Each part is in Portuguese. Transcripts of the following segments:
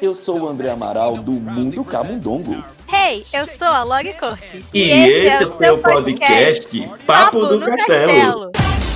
Eu sou o André Amaral, do Mundo Camundongo. Hey, eu sou a Log Cortes. E esse é o podcast Papo do Castelo.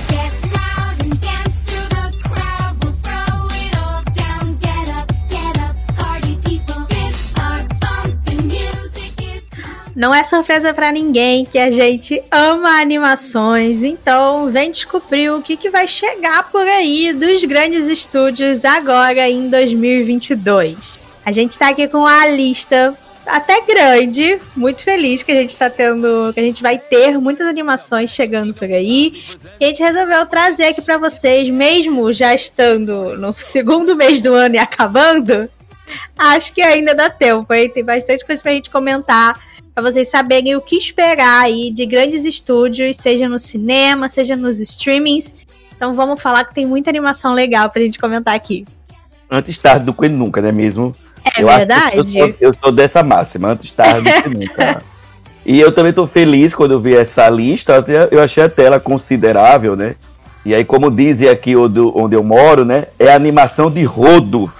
Não é surpresa pra ninguém que a gente ama animações, então vem descobrir o que vai chegar por aí dos grandes estúdios agora em 2022. A gente tá aqui com a lista até grande, muito feliz que a gente tá tendo, que a gente vai ter muitas animações chegando por aí. E a gente resolveu trazer aqui pra vocês, mesmo já estando no segundo mês do ano e acabando, acho que ainda dá tempo, hein? Tem bastante coisa pra gente comentar, para vocês saberem o que esperar aí de grandes estúdios, seja no cinema, seja nos streamings. Então vamos falar que tem muita animação legal pra gente comentar aqui. Antes tarde do que nunca, não é mesmo? É verdade? Eu sou dessa máxima, antes tarde do que nunca. E eu também tô feliz quando eu vi essa lista, eu achei até ela considerável, né? E aí, como dizem aqui onde eu moro, né? É animação de rodo.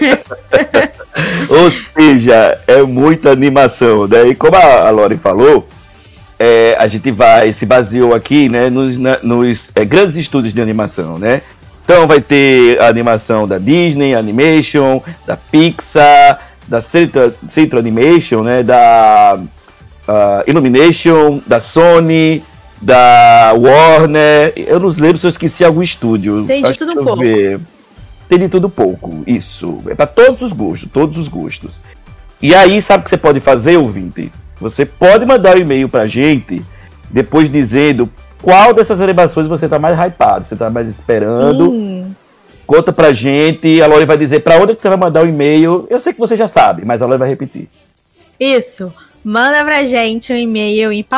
Ou seja, é muita animação, né? E como a Lori falou, a gente se baseou aqui, né, nos grandes estúdios de animação, né? Então vai ter a animação da Disney Animation, da Pixar, da Central Animation, né, da Illumination, da Sony, da Warner. Eu não lembro se eu esqueci algum estúdio. Tem de tudo um pouco. Tem de tudo pouco, isso. É para todos os gostos. E aí, sabe o que você pode fazer, ouvinte? Você pode mandar um e-mail pra gente, depois dizendo qual dessas animações você tá mais hypado, você tá mais esperando. Conta pra gente, a Lori vai dizer pra onde que você vai mandar o e-mail. Eu sei que você já sabe, mas a Lori vai repetir. Isso. Manda pra gente um e-mail em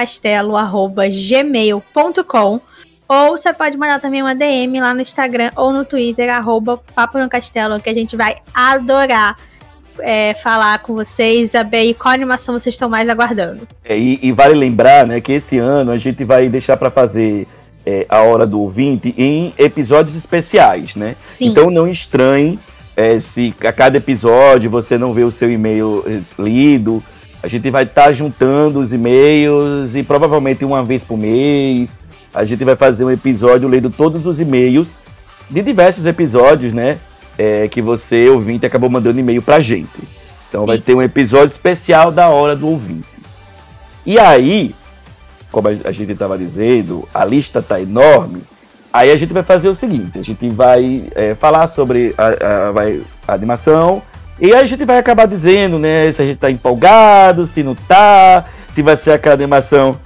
paponocastelo@gmail.com. Ou você pode mandar também uma DM lá no Instagram ou no Twitter, @paponocastelo, que a gente vai adorar falar com vocês, saber qual animação vocês estão mais aguardando. E vale lembrar, né, que esse ano a gente vai deixar para fazer a Hora do Ouvinte em episódios especiais, né? Sim. Então não estranhe se a cada episódio você não vê o seu e-mail lido. A gente vai estar juntando os e-mails e provavelmente uma vez por mês a gente vai fazer um episódio lendo todos os e-mails de diversos episódios, né? Que você, ouvinte, acabou mandando e-mail pra gente. Então vai ter um episódio especial da Hora do Ouvinte. E aí, como a gente estava dizendo, a lista tá enorme. Aí a gente vai fazer o seguinte: a gente vai falar sobre a animação. E aí a gente vai acabar dizendo, né? Se a gente tá empolgado, se não tá, se vai ser aquela animação.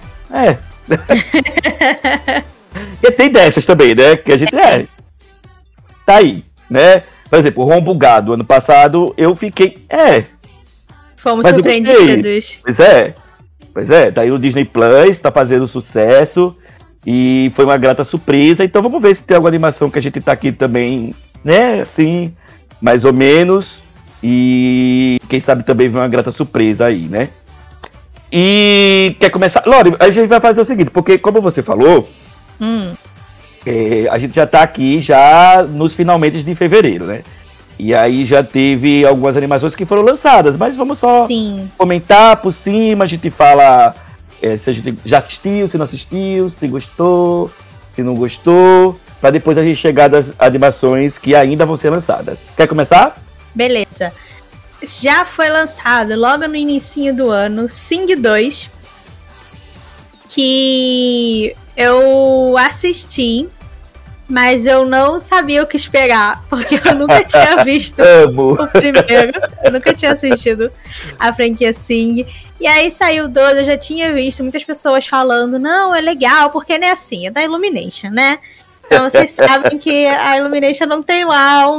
E tem dessas também, né? Que a gente tá aí, né? Por exemplo, o Rombo Gado, ano passado, eu fiquei. Fomos surpreendidos. Pois é, tá aí o Disney Plus, tá fazendo sucesso. E foi uma grata surpresa. Então vamos ver se tem alguma animação que a gente tá aqui também, né? Assim, mais ou menos. E quem sabe também vem uma grata surpresa aí, né? E quer começar? Lori, a gente vai fazer o seguinte, porque como você falou, a gente já tá aqui já nos finalmente de fevereiro, né? E aí já teve algumas animações que foram lançadas, mas vamos só comentar por cima, a gente fala se a gente já assistiu, se não assistiu, se gostou, se não gostou, pra depois a gente chegar das animações que ainda vão ser lançadas. Quer começar? Beleza. Já foi lançado logo no inicinho do ano Sing 2, que eu assisti, mas eu não sabia o que esperar, porque eu nunca tinha visto o primeiro, eu nunca tinha assistido a franquia Sing. E aí saiu o 2, eu já tinha visto muitas pessoas falando, não, é legal, porque não é assim, é da Illumination, né? Então vocês sabem que a Illumination não tem lá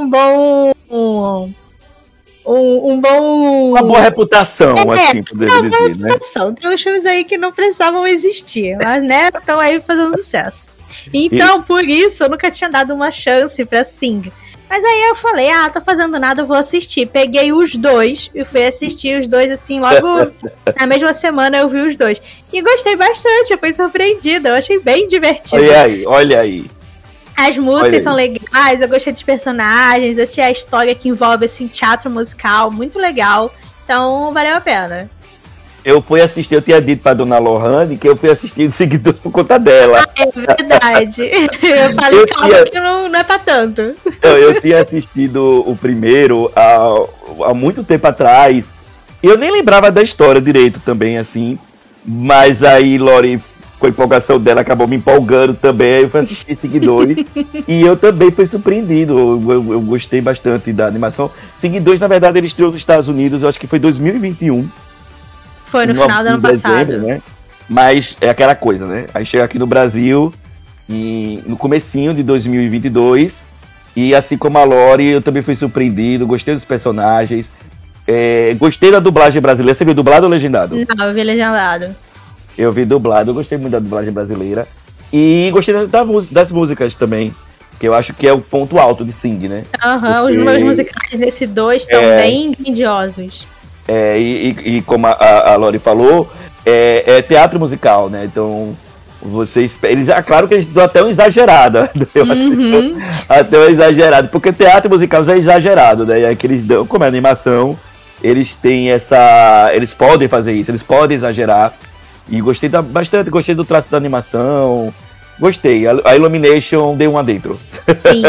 uma boa reputação, assim, poderia dizer, né? Tem uns filmes aí que não precisavam existir, mas, né, estão aí fazendo sucesso. Então, por isso, eu nunca tinha dado uma chance pra Sing. Mas aí eu falei, tô fazendo nada, eu vou assistir. Peguei os dois e fui assistir os dois, assim, logo na mesma semana eu vi os dois. E gostei bastante, eu fui surpreendida, eu achei bem divertido. Olha aí. As músicas são legais, eu gostei dos personagens, achei a história que envolve, assim, teatro musical, muito legal. Então, valeu a pena. Eu fui assistir, eu tinha dito pra dona Lohane que eu fui assistir o Seguidores por conta dela. É verdade. Eu falei, calma, que não é pra tanto. Eu tinha assistido o primeiro há muito tempo atrás. E eu nem lembrava da história direito também, assim. Mas aí, Lori, com a empolgação dela, acabou me empolgando também. Aí eu fui assistir Seguidores. E eu também fui surpreendido. Eu gostei bastante da animação. Seguidores, na verdade, ele estreou nos Estados Unidos, eu acho que foi 2021. Foi no final do ano passado. Né? Mas é aquela coisa, né? Aí chega aqui no Brasil, no comecinho de 2022, e assim como a Lori, eu também fui surpreendido, gostei dos personagens, gostei da dublagem brasileira. Você viu dublado ou legendado? Não, eu vi legendado. Eu vi dublado, eu gostei muito da dublagem brasileira, e gostei das músicas também, que eu acho que é o ponto alto de Sing, né? Os números musicais desse 2 estão bem grandiosos. E como a Lori falou, é teatro musical, né? Então, claro que eles dão até uma exagerada. Eu acho que eles dão até uma exagerada, porque teatro musical já é exagerado, né? E aí que eles dão, como é animação, eles têm eles podem fazer isso, eles podem exagerar. E gostei bastante, gostei do traço da animação. Gostei, a Illumination deu uma dentro. Sim.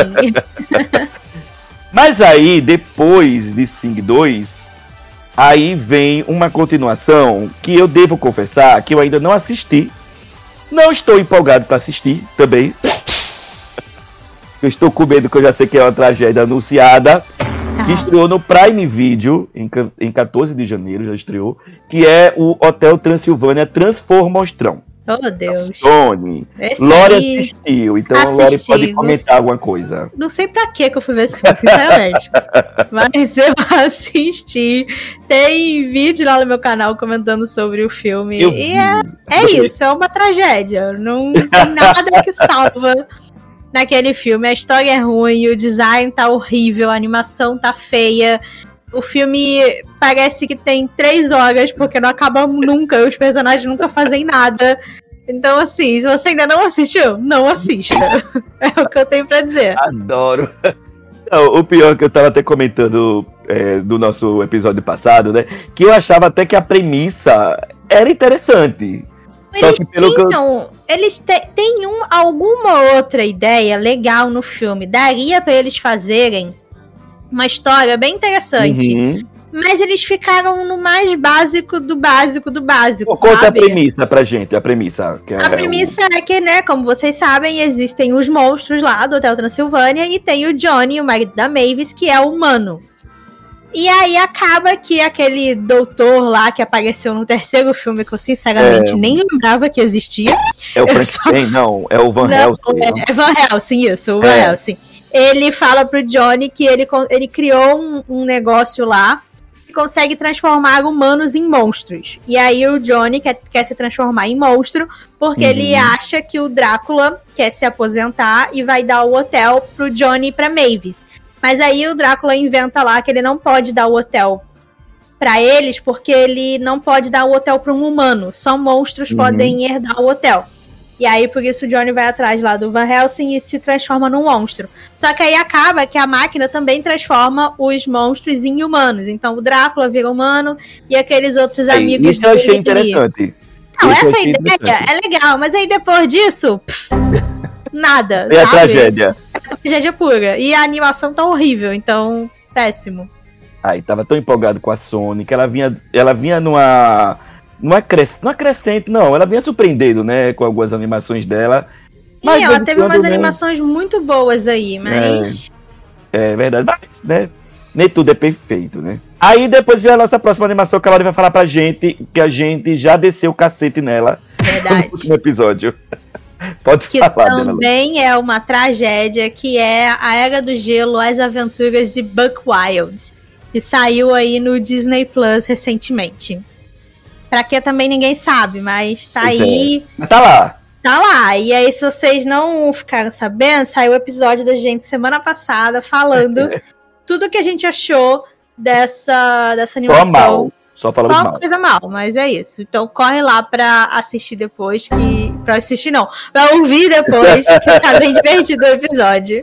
Mas aí, depois de Sing 2, aí vem uma continuação que eu devo confessar que eu ainda não assisti. Não estou empolgado para assistir também. Eu estou com medo, que eu já sei que é uma tragédia anunciada. Que estreou no Prime Video, em 14 de janeiro, já estreou. Que é o Hotel Transilvânia Transformostrão. Oh, Deus. Tony. Lori assistiu, então Lori pode comentar alguma coisa. Não sei pra que eu fui ver esse filme, sinceramente. Mas eu assisti. Tem vídeo lá no meu canal comentando sobre o filme. E isso, é uma tragédia. Não tem nada que salva naquele filme. A história é ruim, o design tá horrível, a animação tá feia. O filme parece que tem 3 horas, porque não acaba nunca, os personagens nunca fazem nada. Então, assim, se você ainda não assistiu, não assista. É o que eu tenho pra dizer. Adoro. Não, o pior que eu tava até comentando do nosso episódio passado, né? Que eu achava até que a premissa era interessante. Eles têm alguma outra ideia legal no filme. Daria pra eles fazerem uma história bem interessante. Mas eles ficaram no mais básico do básico do básico. Conta a premissa pra gente, a premissa. A premissa é que, né, como vocês sabem, existem os monstros lá do Hotel Transilvânia e tem o Johnny, o marido da Mavis, que é humano. E aí acaba que aquele doutor lá que apareceu no terceiro filme, que eu sinceramente nem lembrava que existia. É o Frankenstein, não, é o Van Helsing. É Van Helsing, isso, o Van Helsing. Ele fala pro Johnny que ele criou um negócio lá que consegue transformar humanos em monstros. E aí o Johnny quer se transformar em monstro porque ele acha que o Drácula quer se aposentar e vai dar o hotel pro Johnny e pra Mavis. Mas aí o Drácula inventa lá que ele não pode dar o hotel pra eles porque ele não pode dar o hotel pra um humano. Só monstros podem herdar o hotel. E aí, por isso, o Johnny vai atrás lá do Van Helsing e se transforma num monstro. Só que aí acaba que a máquina também transforma os monstros em humanos. Então, o Drácula vira humano e aqueles outros amigos... Isso eu achei interessante. Não, essa ideia é legal, mas aí depois disso... nada, é a tragédia. É a tragédia pura. E a animação tá horrível, então, péssimo. Aí, tava tão empolgado com a Sony que ela vinha numa... Não é crescente, não. Ela vinha surpreendendo, né? Com algumas animações dela. Mas ela teve umas animações muito boas aí, mas... É verdade, mas, né? Nem tudo é perfeito, né? Aí depois vem a nossa próxima animação, que a Laura vai falar pra gente que a gente já desceu o cacete nela. Verdade. No último episódio. Pode que falar dela. Que também é uma tragédia, que é A Era do Gelo, As Aventuras de Buck Wild. Que saiu aí no Disney Plus recentemente. Pra que também ninguém sabe, mas tá aí. Tá lá. Tá lá. E aí, se vocês não ficaram sabendo, saiu o episódio da gente semana passada falando tudo que a gente achou dessa animação. Só falamos Só mal. coisa mal, mas é isso. Então corre lá pra assistir depois que... Pra assistir não, pra ouvir depois que tá bem divertido o episódio.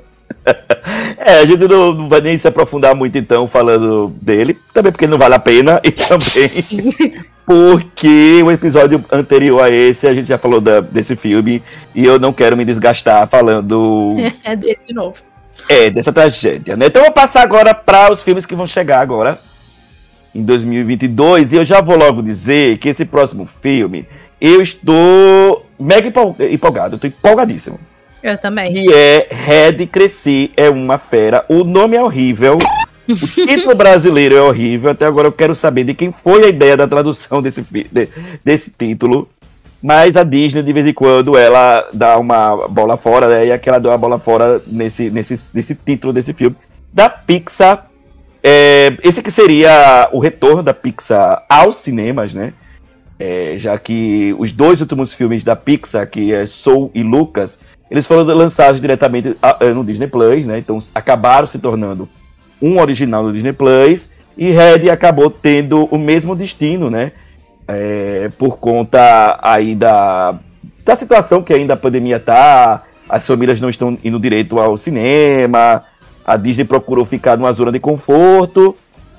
A gente não vai nem se aprofundar muito então falando dele, também porque não vale a pena e também porque o episódio anterior a esse a gente já falou desse filme e eu não quero me desgastar falando dele de novo. Dessa tragédia, né? Então eu vou passar agora para os filmes que vão chegar agora em 2022 e eu já vou logo dizer que esse próximo filme eu estou mega empolgado, eu estou empolgadíssimo. Eu também. Que é Red Cresci é uma Fera. O nome é horrível. O título brasileiro é horrível. Até agora eu quero saber de quem foi a ideia da tradução desse título. Mas a Disney, de vez em quando, ela dá uma bola fora, né? E aqui ela deu uma bola fora nesse título desse filme. Da Pixar. Esse que seria o retorno da Pixar aos cinemas, né? Já que os dois últimos filmes da Pixar, que é Soul e Lucas, eles foram lançados diretamente no Disney Plus, né? Então acabaram se tornando um original no Disney Plus. E Red acabou tendo o mesmo destino, né? Por conta aí da situação que ainda a pandemia tá. As famílias não estão indo direito ao cinema. A Disney procurou ficar numa zona de conforto.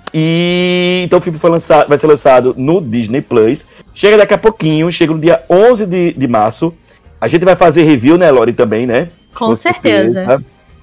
E então o filme vai ser lançado no Disney Plus. Chega daqui a pouquinho, chega no dia 11 de março. A gente vai fazer review, né, Lori, também, né? Com certeza.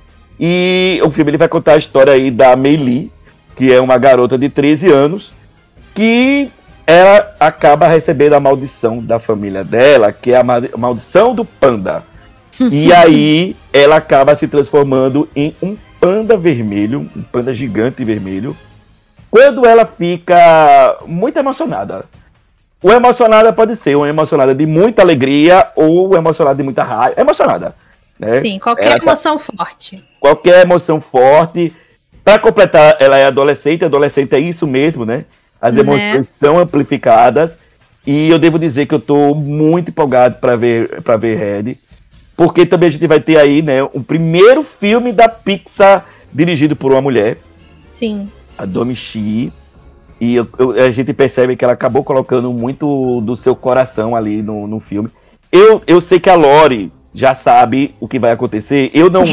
E o filme ele vai contar a história aí da Mei Lee, que é uma garota de 13 anos, que ela acaba recebendo a maldição da família dela, que é a maldição do panda. E aí ela acaba se transformando em um panda vermelho, um panda gigante vermelho, quando ela fica muito emocionada. O emocionada pode ser uma emocionada de muita alegria ou emocionada de muita raiva. Emocionada, né? Sim, qualquer emoção forte. Qualquer emoção forte. Para completar, ela é adolescente. Adolescente é isso mesmo, né? As emoções são amplificadas. E eu devo dizer que eu estou muito empolgado para ver Red. Porque também a gente vai ter aí, né, o primeiro filme da Pixar dirigido por uma mulher. Sim. A Domee Shi. E a gente percebe que ela acabou colocando muito do seu coração ali no filme. Eu sei que a Lori já sabe o que vai acontecer. Eu não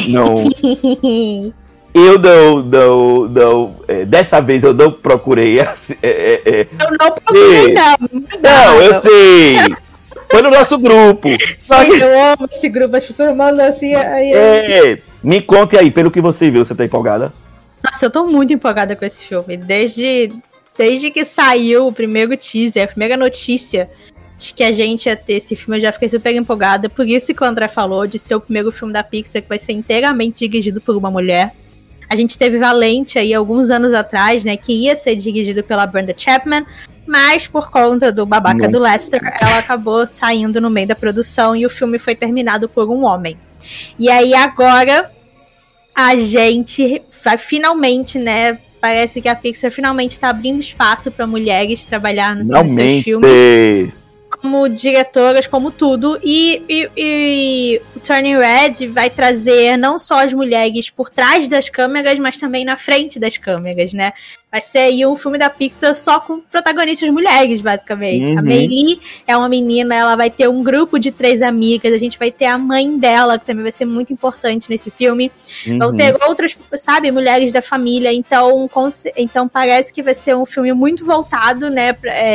dessa vez eu não procurei. Eu não procurei, não, eu sei. Foi no nosso grupo. Sim, eu amo esse grupo. As pessoas mandam assim. Me conte aí, pelo que você viu, você tá empolgada? Nossa, eu tô muito empolgada com esse filme. Desde que saiu o primeiro teaser, a primeira notícia de que a gente ia ter esse filme, eu já fiquei super empolgada. Por isso que o André falou de ser o primeiro filme da Pixar que vai ser inteiramente dirigido por uma mulher. A gente teve Valente aí alguns anos atrás, né, que ia ser dirigido pela Brenda Chapman, mas por conta do babaca do Lester, ela acabou saindo no meio da produção e o filme foi terminado por um homem. E aí agora a gente vai finalmente, né, parece que a Pixar finalmente está abrindo espaço para mulheres trabalhar nos seus filmes. Como diretoras, como tudo. E o Turning Red vai trazer não só as mulheres por trás das câmeras, mas também na frente das câmeras, né? Vai ser aí um filme da Pixar só com protagonistas mulheres, basicamente. A Mei Lee é uma menina, ela vai ter um grupo de 3 amigas, a gente vai ter a mãe dela, que também vai ser muito importante nesse filme. Vão ter outras, sabe, mulheres da família. Então parece que vai ser um filme muito voltado, né,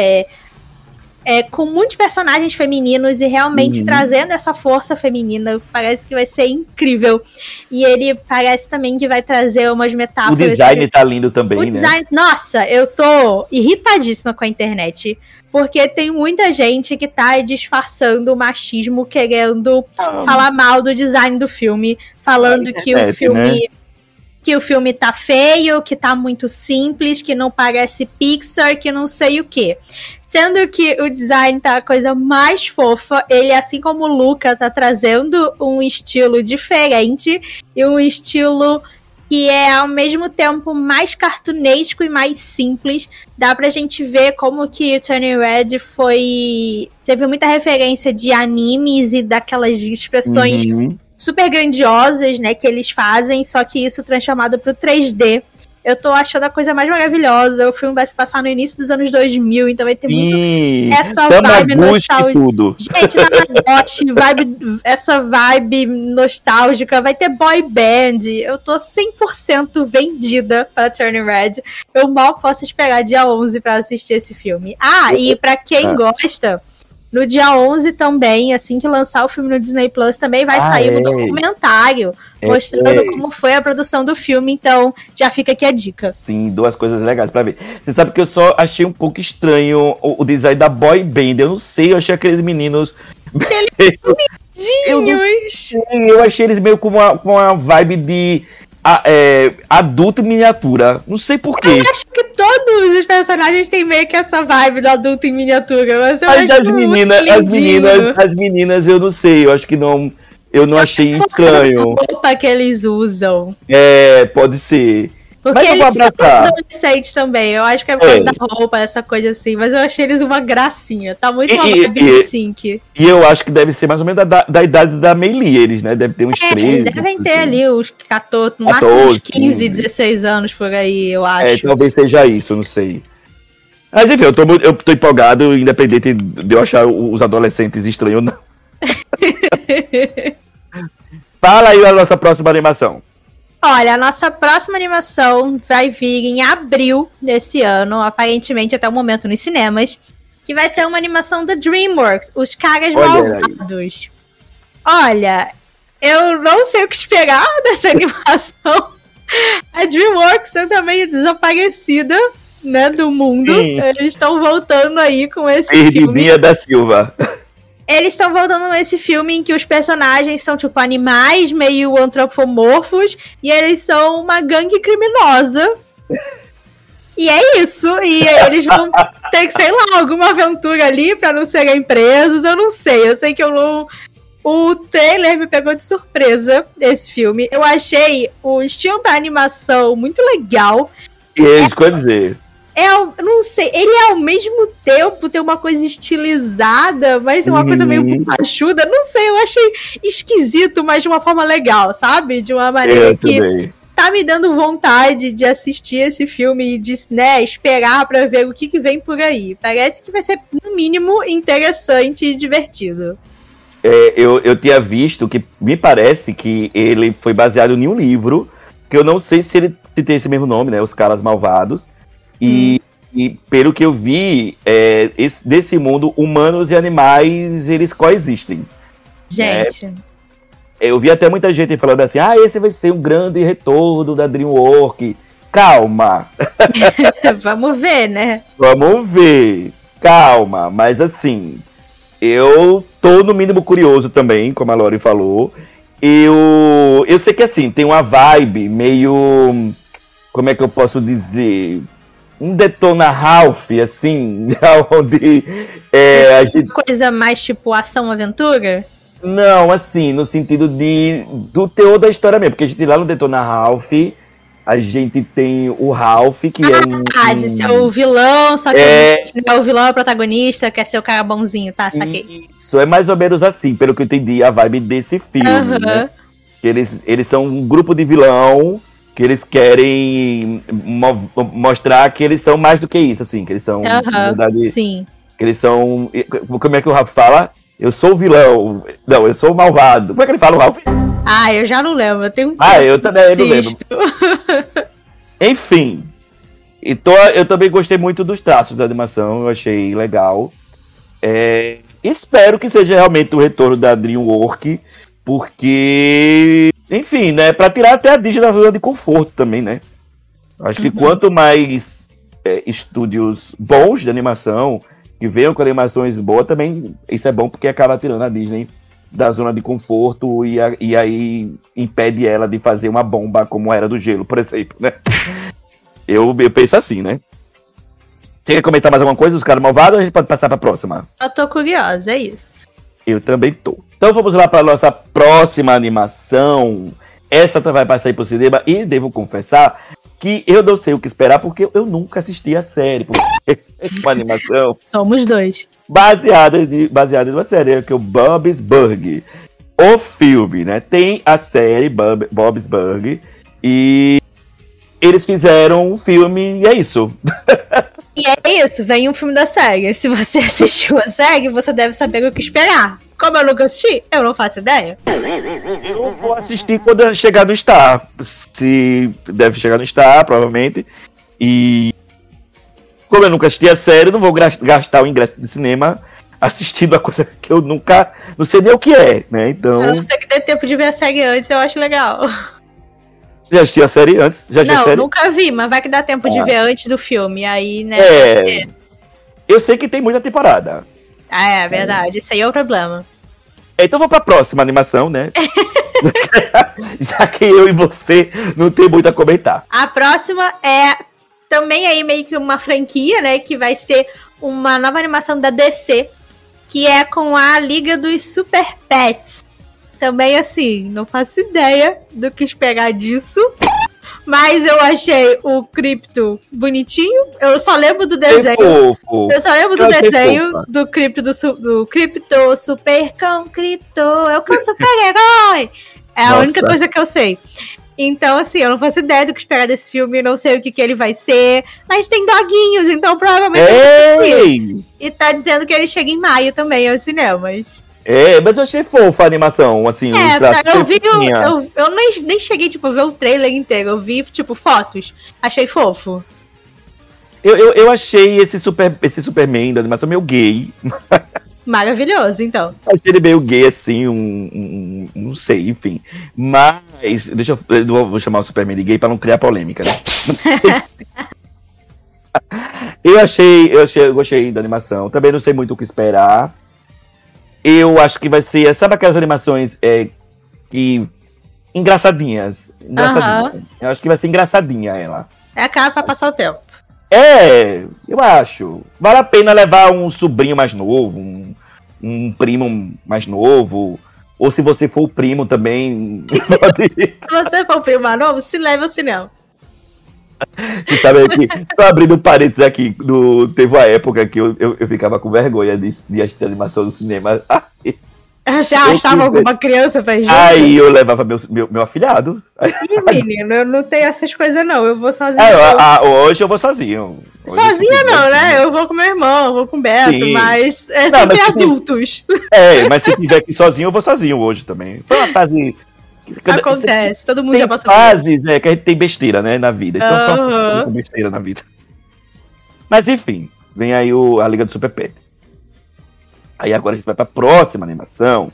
com muitos personagens femininos e realmente trazendo essa força feminina. Parece que vai ser incrível. E ele parece também que vai trazer umas metáforas. O design tá lindo também, né? Nossa, eu tô irritadíssima com a internet. Porque tem muita gente que tá disfarçando o machismo, querendo falar mal do design do filme. Falando que o filme... Né? Que o filme tá feio, que tá muito simples, que não parece Pixar, que não sei o quê. Sendo que o design tá a coisa mais fofa. Ele, assim como o Luca, tá trazendo um estilo diferente e um estilo que é ao mesmo tempo mais cartunesco e mais simples. Dá pra gente ver como que o Turning Red teve muita referência de animes e daquelas expressões super grandiosas, né, que eles fazem, só que isso transformado pro 3D. Eu tô achando a coisa mais maravilhosa. O filme vai se passar no início dos anos 2000, então vai ter muito essa vibe nostálgica. Tudo. Gente, essa vibe nostálgica. Vai ter boy band. Eu tô 100% vendida pra Turning Red. Eu mal posso esperar dia 11 pra assistir esse filme. E pra quem gosta... No dia 11 também, assim que lançar o filme no Disney Plus, também vai sair um documentário mostrando como foi a produção do filme. Então, já fica aqui a dica. Sim, 2 coisas legais pra ver. Você sabe que eu só achei um pouco estranho o design da boy band. Eu não sei, eu achei aqueles meninos... Lindinhos! Eu achei eles meio com uma vibe de... adulto em miniatura. Não sei porquê. Eu acho que todos os personagens têm meio que essa vibe do adulto em miniatura. Mas eu acho as meninas, eu não sei. Eu acho que não. Eu não achei estranho. A roupa que eles usam. Pode ser. Porque mas eles são adolescentes também. Eu acho que é por causa da roupa, essa coisa assim. Mas eu achei eles uma gracinha. Tá muito uma vibe sync. E eu acho que deve ser mais ou menos da idade da Meili, eles, né? Deve ter uns 13. Eles devem ter ali uns 14, no máximo uns 15, 16 anos por aí, eu acho. Talvez seja isso, não sei. Mas enfim, eu tô empolgado, independente de eu achar os adolescentes estranhos ou não. Fala aí a nossa próxima animação. Olha, a nossa próxima animação vai vir em abril desse ano, aparentemente até o momento nos cinemas, que vai ser uma animação da DreamWorks, Os Caras Malvados. Olha, eu não sei o que esperar dessa animação. A DreamWorks é meio desaparecida, né, do mundo. Eles estão voltando aí com esse filme. Da Silva. Eles estão voltando nesse filme em que os personagens são, tipo, animais meio antropomorfos e eles são uma gangue criminosa. E é isso. E eles vão ter que, sei lá, alguma aventura ali pra não serem presos. Eu não sei. Eu sei que eu não... O trailer me pegou de surpresa, esse filme. Eu achei o estilo da animação muito legal. Quer dizer... Eu não sei, ele ao mesmo tempo tem uma coisa estilizada, mas tem uma coisa meio borrachuda. Não sei, eu achei esquisito, mas de uma forma legal, sabe? De uma maneira que tá me dando vontade de assistir esse filme e de, né, esperar pra ver o que vem por aí. Parece que vai ser, no mínimo, interessante e divertido. Eu tinha visto que me parece que ele foi baseado em um livro, que eu não sei se ele tem esse mesmo nome, né? Os Caras Malvados. E pelo que eu vi, desse mundo, humanos e animais, eles coexistem. Gente. Eu vi até muita gente falando assim, esse vai ser um grande retorno da DreamWorks. Calma. Vamos ver, né? Vamos ver. Calma. Mas assim, eu tô no mínimo curioso também, como a Lori falou. Eu sei que assim, tem uma vibe meio... Como é que eu posso dizer... Um Detona Ralph, assim, onde a gente... Coisa mais tipo ação-aventura? Não, assim, no sentido do teor da história mesmo, porque a gente lá no Detona Ralph, a gente tem o Ralph, que de ser o vilão, só que o vilão é o protagonista, quer ser o cara bonzinho, tá? Saquei. Isso, é mais ou menos assim, pelo que eu entendi, a vibe desse filme, né? Que eles são um grupo de vilão... que eles querem mostrar que eles são mais do que isso, assim, que eles são, na verdade, sim. Que eles são, como é que o Ralph fala? Eu sou o vilão, não, eu sou o malvado. Como é que ele fala, o Ralph? Eu já não lembro, eu tenho eu também não lembro. Enfim, eu também gostei muito dos traços da animação, eu achei legal. Espero que seja realmente o retorno da DreamWorks, porque... Enfim, né? Pra tirar até a Disney da zona de conforto também, né? Acho que quanto mais estúdios bons de animação, que venham com animações boas, também isso é bom porque acaba tirando a Disney da zona de conforto e aí impede ela de fazer uma bomba como Era do Gelo, por exemplo, né? Eu penso assim, né? Você quer comentar mais alguma coisa, Os Caras Malvados, ou a gente pode passar pra próxima? Eu tô curiosa, é isso. Eu também tô. Então vamos lá para a nossa próxima animação. Essa vai passar aí pro cinema e devo confessar que eu não sei o que esperar porque eu nunca assisti a série. Porque é uma animação... Somos dois. Baseada em uma série, que é o Bob's Burgers. O filme, né? Tem a série Bob's Burgers e eles fizeram um filme e é isso. E é isso, vem um filme da SEGA. Se você assistiu a SEGA, você deve saber o que esperar. Como eu nunca assisti, eu não faço ideia. Eu vou assistir quando chegar no Star. Se deve chegar no Star, provavelmente. E como eu nunca assisti a série, eu não vou gastar o ingresso do cinema assistindo a coisa que eu nunca... Não sei nem o que é, né? Então... A não ser que dê tempo de ver a série antes, eu acho legal. Você já assistiu a série antes? Não, nunca vi, mas vai que dá tempo de ver antes do filme. Aí, né? Eu sei que tem muita temporada. Ah, é verdade. Isso aí é o problema. Então vou pra próxima animação, né? Já que eu e você não tem muito a comentar. A próxima é também aí meio que uma franquia, né? Que vai ser uma nova animação da DC, que é com a Liga dos Super Pets. Também, assim, não faço ideia do que esperar disso. Mas eu achei o Crypto bonitinho. Eu só lembro do desenho. Eu só lembro do desenho do Crypto do Crypto Super Cão Crypto. É o cão super-herói. É a única coisa que eu sei. Então, assim, eu não faço ideia do que esperar desse filme. Não sei o que ele vai ser. Mas tem doguinhos, então provavelmente... E tá dizendo que ele chega em maio também aos cinemas. Mas eu achei fofa a animação, assim. Eu vi, eu nem cheguei, tipo, a ver o trailer inteiro. Eu vi, tipo, fotos. Achei fofo. Eu achei esse Superman da animação meio gay. Maravilhoso, então. Achei ele meio gay, assim, não sei, enfim. Mas, eu vou chamar o Superman de gay pra não criar polêmica, né? Eu gostei da animação. Também não sei muito o que esperar. Eu acho que vai ser, sabe aquelas animações engraçadinhas. Eu acho que vai ser engraçadinha ela. É a cara pra passar o tempo. Eu acho. Vale a pena levar um sobrinho mais novo, um primo mais novo. Ou se você for o primo também, pode ir. Se você for o primo mais novo, se leve ao cinema. Você sabe aqui, tô abrindo parênteses aqui, teve uma época que eu ficava com vergonha de assistir animação no cinema. Você arrastava alguma criança pra ir? Aí eu levava meu afilhado. Ih, menino, eu não tenho essas coisas não, eu vou sozinho. Hoje eu vou sozinho. Sozinha não, né? Eu vou com meu irmão, eu vou com o Beto, sim. Mas sempre adultos. Mas se tiver aqui sozinho, eu vou sozinho hoje também. Foi uma fase... Acontece, todo mundo já passou. Tem fases, que a gente tem besteira, né, na vida. Então tem besteira na vida. Mas enfim, vem aí a Liga do Super Pet. Aí agora a gente vai pra próxima animação,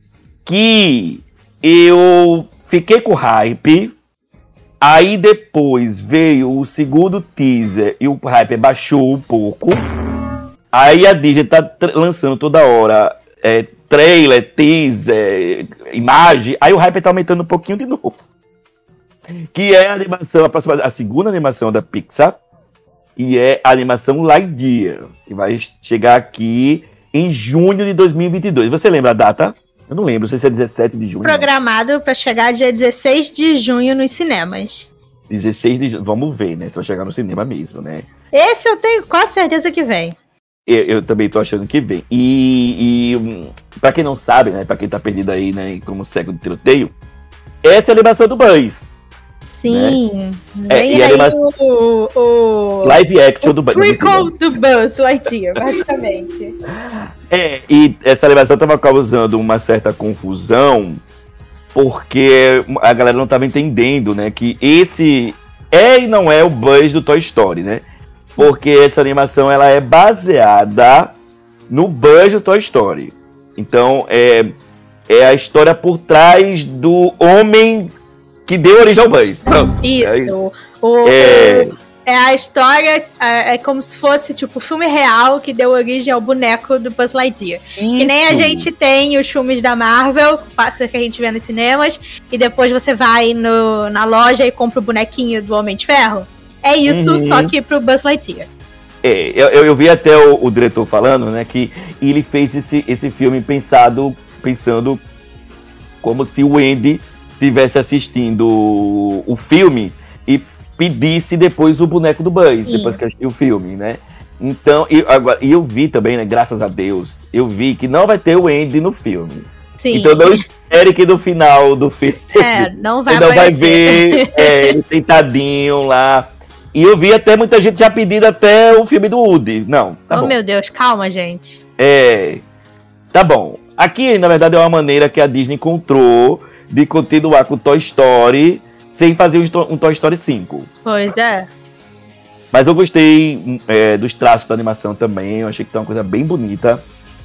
que eu fiquei com hype, aí depois veio o segundo teaser e o hype baixou um pouco. Aí a Disney tá lançando toda hora trailer, teaser, imagem, aí o hype tá aumentando um pouquinho de novo. Que é a animação, a segunda animação da Pixar, e é a animação Lightyear, que vai chegar aqui em junho de 2022. Você lembra a data? Eu não lembro, não sei se é 17 de junho. Programado para chegar dia 16 de junho nos cinemas. 16 de junho, vamos ver, né, se vai chegar no cinema mesmo, né? Esse eu tenho quase certeza que vem. Eu também tô achando que vem. E pra quem não sabe, né? Pra quem tá perdido aí, né? Como cego do tiroteio, essa é a animação do Buzz. Sim. Né? Vem aí o live action do Buzz. Prequel do Buzz Lightyear, basicamente. E essa animação tava causando uma certa confusão, porque a galera não tava entendendo, né? Que esse e não é o Buzz do Toy Story, né? Porque essa animação ela é baseada no Buzz do Toy Story. Então, é a história por trás do homem que deu origem ao Buzz. Pronto. Isso. É a história, é como se fosse tipo o filme real que deu origem ao boneco do Buzz Lightyear. Isso. Que nem a gente tem os filmes da Marvel, que a gente vê nos cinemas, e depois você vai na loja e compra o bonequinho do Homem de Ferro. É isso, só que pro Buzz Lightyear. Eu vi até o diretor falando, né, que ele fez esse filme pensando como se o Andy estivesse assistindo o filme e pedisse depois o boneco do Buzz, depois que assistiu o filme, né? Então, eu vi também, né, graças a Deus, eu vi que não vai ter o Andy no filme. Sim. Então não espere que no final do filme não vai você não vai ver ele sentadinho lá. E eu vi até muita gente já pedindo até o filme do Woody. Não, tá bom. Meu Deus, calma, gente. Tá bom. Aqui, na verdade, é uma maneira que a Disney encontrou de continuar com Toy Story sem fazer um Toy Story 5. Pois é. Mas eu gostei dos traços da animação também. Eu achei que tá uma coisa bem bonita.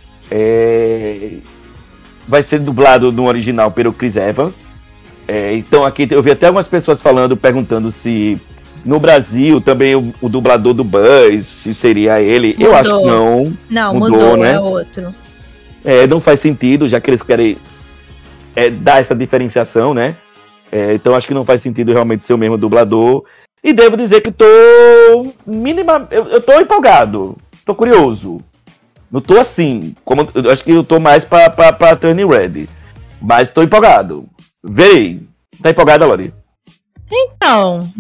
Vai ser dublado no original pelo Chris Evans. Então aqui eu vi até algumas pessoas perguntando se no Brasil também o dublador do Buzz, se seria ele. Mudou. Eu acho que não. Não, mudou, né? É outro. Não faz sentido, já que eles querem dar essa diferenciação, né? Então acho que não faz sentido realmente ser o mesmo dublador. E devo dizer que eu tô empolgado, tô curioso. Não tô assim, eu acho que eu tô mais pra Turning Red. Mas tô empolgado. Verei. Tá empolgada, Lori? Então.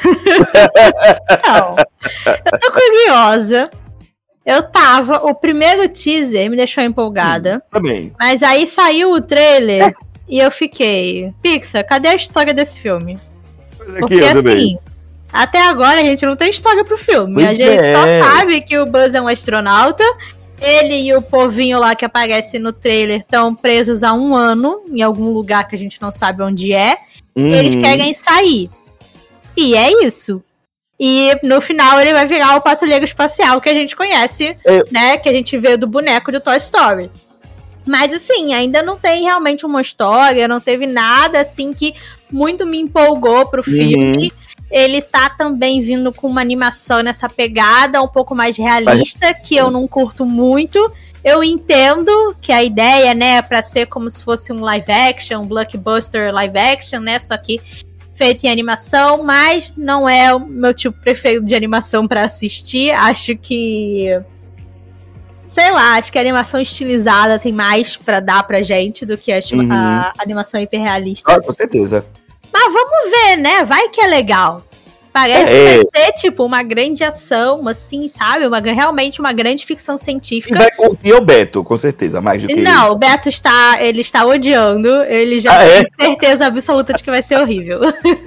Eu tô curiosa. O primeiro teaser me deixou empolgada. Também. Mas aí saiu o trailer e eu fiquei, Pixar, cadê a história desse filme? Porque assim, até agora a gente não tem história pro filme. Pois a gente só sabe que o Buzz é um astronauta. Ele e o povinho lá que aparece no trailer estão presos há 1 ano em algum lugar que a gente não sabe onde é. Eles querem sair. E é isso. E no final ele vai virar o patrulheiro espacial que a gente conhece, né? Que a gente vê do boneco do Toy Story. Mas assim, ainda não tem realmente uma história, não teve nada assim que muito me empolgou pro filme. Ele tá também vindo com uma animação nessa pegada um pouco mais realista, que eu não curto muito. Eu entendo que a ideia, né, é pra ser como se fosse um live action, um blockbuster live action, né, só que feito em animação, mas não é o meu tipo preferido de animação pra assistir. Acho que... sei lá, acho que a animação estilizada tem mais pra dar pra gente do que a animação hiperrealista. Com certeza. Mas vamos ver, né? Vai que é legal. Parece que vai ser, tipo, uma grande ação, assim, sabe? Realmente uma grande ficção científica. E vai curtir o Beto, com certeza, mais do que Não, o Beto está odiando. Ele já tem certeza absoluta de que vai ser horrível.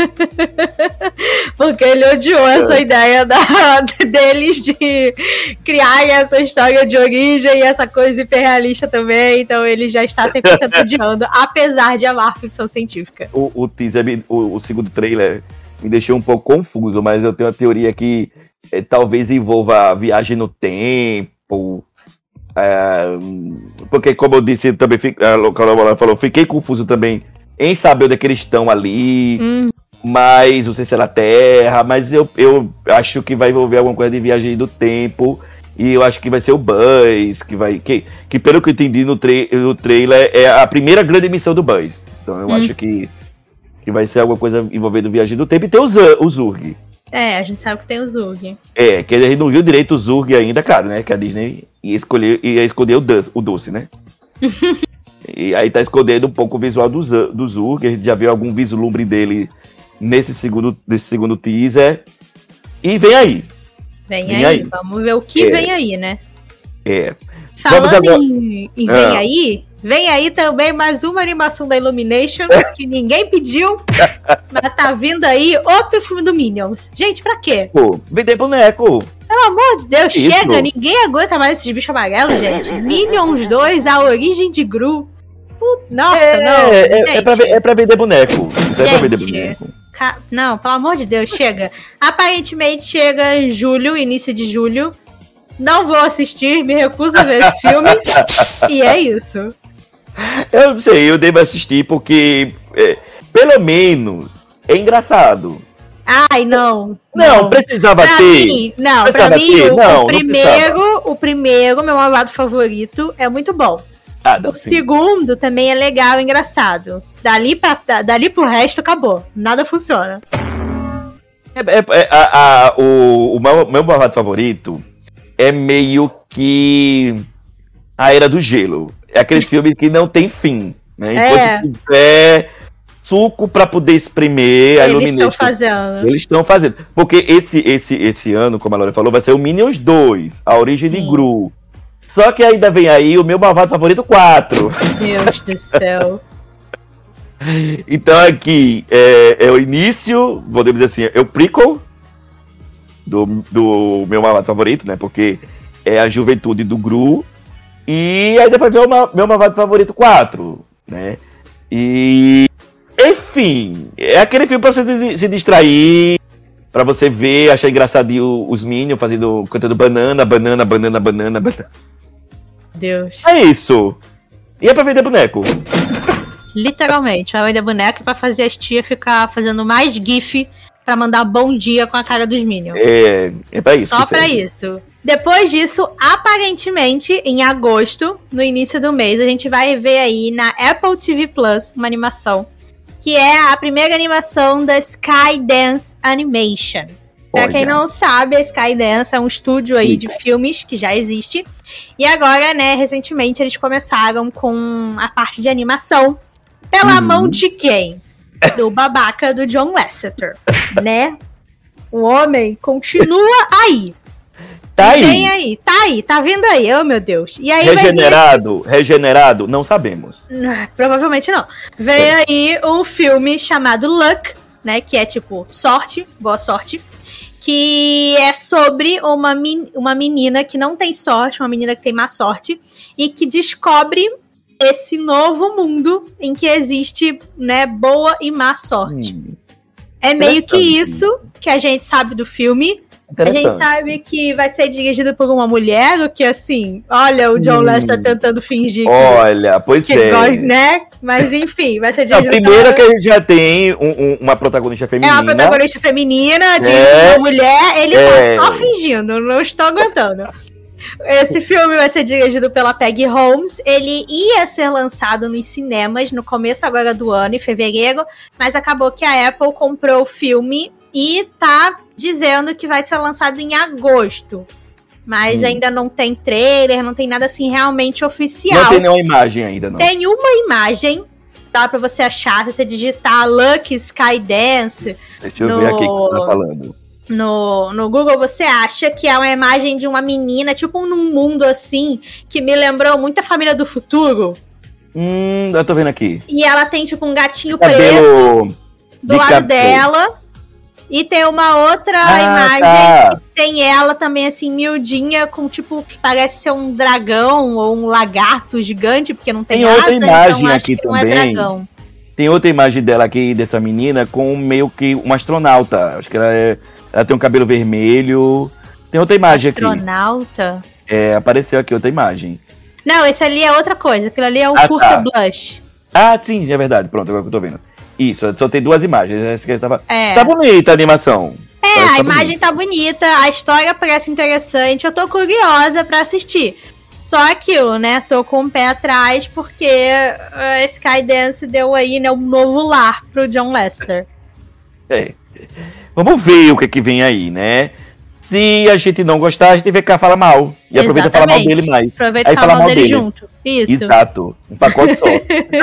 Porque ele odiou essa ideia deles de criar essa história de origem e essa coisa hiperrealista também. Então ele já está 100% odiando, apesar de amar ficção científica. O teaser, o segundo trailer... me deixou um pouco confuso, mas eu tenho uma teoria que talvez envolva viagem no tempo. Porque, como eu disse, também falou, fiquei confuso também em saber onde é que eles estão ali. Mas não sei se é na Terra, mas eu acho que vai envolver alguma coisa de viagem do tempo. E eu acho que vai ser o Buzz, que pelo que eu entendi no trailer, é a primeira grande missão do Buzz. Então eu acho que vai ser alguma coisa envolvendo viagem do tempo. E tem o Zurg. A gente sabe que tem o Zurg. Que a gente não viu direito o Zurg ainda, cara, né? Que a Disney ia escolher o doce, né? E aí tá escondendo um pouco o visual do Zurg. A gente já viu algum vislumbre dele nesse segundo teaser. E vem aí. Vem aí. Vamos ver o que vem aí, né? Falando em vem aí... vem aí também mais uma animação da Illumination, que ninguém pediu, mas tá vindo aí outro filme do Minions. Gente, pra quê? Vender boneco. Pelo amor de Deus, chega! Ninguém aguenta mais esses bichos amarelos, gente. Minions 2, a origem de Gru. Nossa, não. É pra vender boneco. Isso é pra vender boneco. Não, pelo amor de Deus, chega. Aparentemente chega em julho, início de julho. Não vou assistir, me recuso a ver esse filme. E é isso. Eu não sei, eu devo assistir porque, pelo menos, é engraçado. Ai, não. Não, precisava pra ter. Mim, não, precisava pra mim, ter. o primeiro, meu malvado favorito, é muito bom. O segundo também é legal e engraçado. Dali pro resto, acabou. Nada funciona. O meu malvado favorito é meio que a Era do Gelo. É aquele filme que não tem fim, né? Enquanto tiver suco pra poder espremer a Illumination. Eles estão fazendo. Porque esse ano, como a Laura falou, vai ser o Minions 2, a origem de Gru. Só que ainda vem aí o meu malvado favorito 4. Meu Deus do céu. Então aqui é o início, podemos dizer assim, é o prequel do meu malvado favorito, né? Porque é a juventude do Gru. E aí depois vem o meu malvado favorito 4, né? E... enfim, é aquele filme pra você se distrair, pra você ver, achar engraçadinho os Minions cantando banana. Deus. É isso. E é pra vender boneco. Literalmente, vai vender boneco pra fazer as tias ficar fazendo mais gif pra mandar bom dia com a cara dos Minions. É pra isso. Só pra isso. Depois disso, aparentemente, em agosto, no início do mês, a gente vai ver aí na Apple TV Plus uma animação, que é a primeira animação da Skydance Animation. Pra quem não sabe, a Skydance é um estúdio aí de filmes que já existe. E agora, né, recentemente eles começaram com a parte de animação. Pela mão de quem? Do babaca do John Lasseter, né? O homem continua aí. Tá aí. Vem aí, tá vindo aí, oh meu Deus. E aí regenerado, não sabemos. Provavelmente não. Vem aí um filme chamado Luck, né, que é tipo sorte, boa sorte, que é sobre uma menina que não tem sorte, uma menina que tem má sorte, e que descobre esse novo mundo em que existe, né, boa e má sorte. É meio que isso que a gente sabe do filme. A gente sabe que vai ser dirigido por uma mulher, o que assim, olha, o John Lasseter tentando fingir. Olha, pois é. Gosta, né? Mas enfim, vai ser dirigido. Primeiro que a gente já tem uma protagonista feminina. É uma protagonista feminina, de uma mulher, ele tá só fingindo, não estou aguentando. Esse filme vai ser dirigido pela Peggy Holmes. Ele ia ser lançado nos cinemas no começo agora do ano, em fevereiro, mas acabou que a Apple comprou o filme e tá dizendo que vai ser lançado em agosto. Mas ainda não tem trailer, não tem nada assim realmente oficial. Não tem nenhuma imagem ainda, não. Tem uma imagem, dá pra você achar, se você digitar Lucky Skydance. Deixa eu ver aqui o que você tá falando. No Google, você acha que é uma imagem de uma menina, tipo num mundo assim, que me lembrou muito a Família do Futuro. Eu tô vendo aqui. E ela tem tipo um gatinho preto do lado dela. E tem uma outra imagem que tem ela também assim, miudinha, com tipo, que parece ser um dragão ou um lagarto gigante, porque não tem asa, outra imagem então aqui acho que também. não é dragão. Tem outra imagem dela aqui, dessa menina, com meio que um astronauta. Acho que ela tem um cabelo vermelho. Tem outra imagem astronauta? Aqui. Apareceu aqui outra imagem. Não, esse ali é outra coisa. Aquilo ali é o curta blush. Sim, é verdade. Pronto, agora que eu tô vendo. Isso, só tem duas imagens. Essa aqui tá bonita a animação. A imagem tá bonita, a história parece interessante. Eu tô curiosa pra assistir. Só aquilo, né? Tô com o pé atrás porque a Skydance deu aí, né, um novo lar pro John Lasseter. Vamos ver o que vem aí, né? Se a gente não gostar, a gente vem cá falar mal. E aproveita e fala mal dele mais. Aproveita e fala mal dele junto. Isso. Exato. Um pacote só.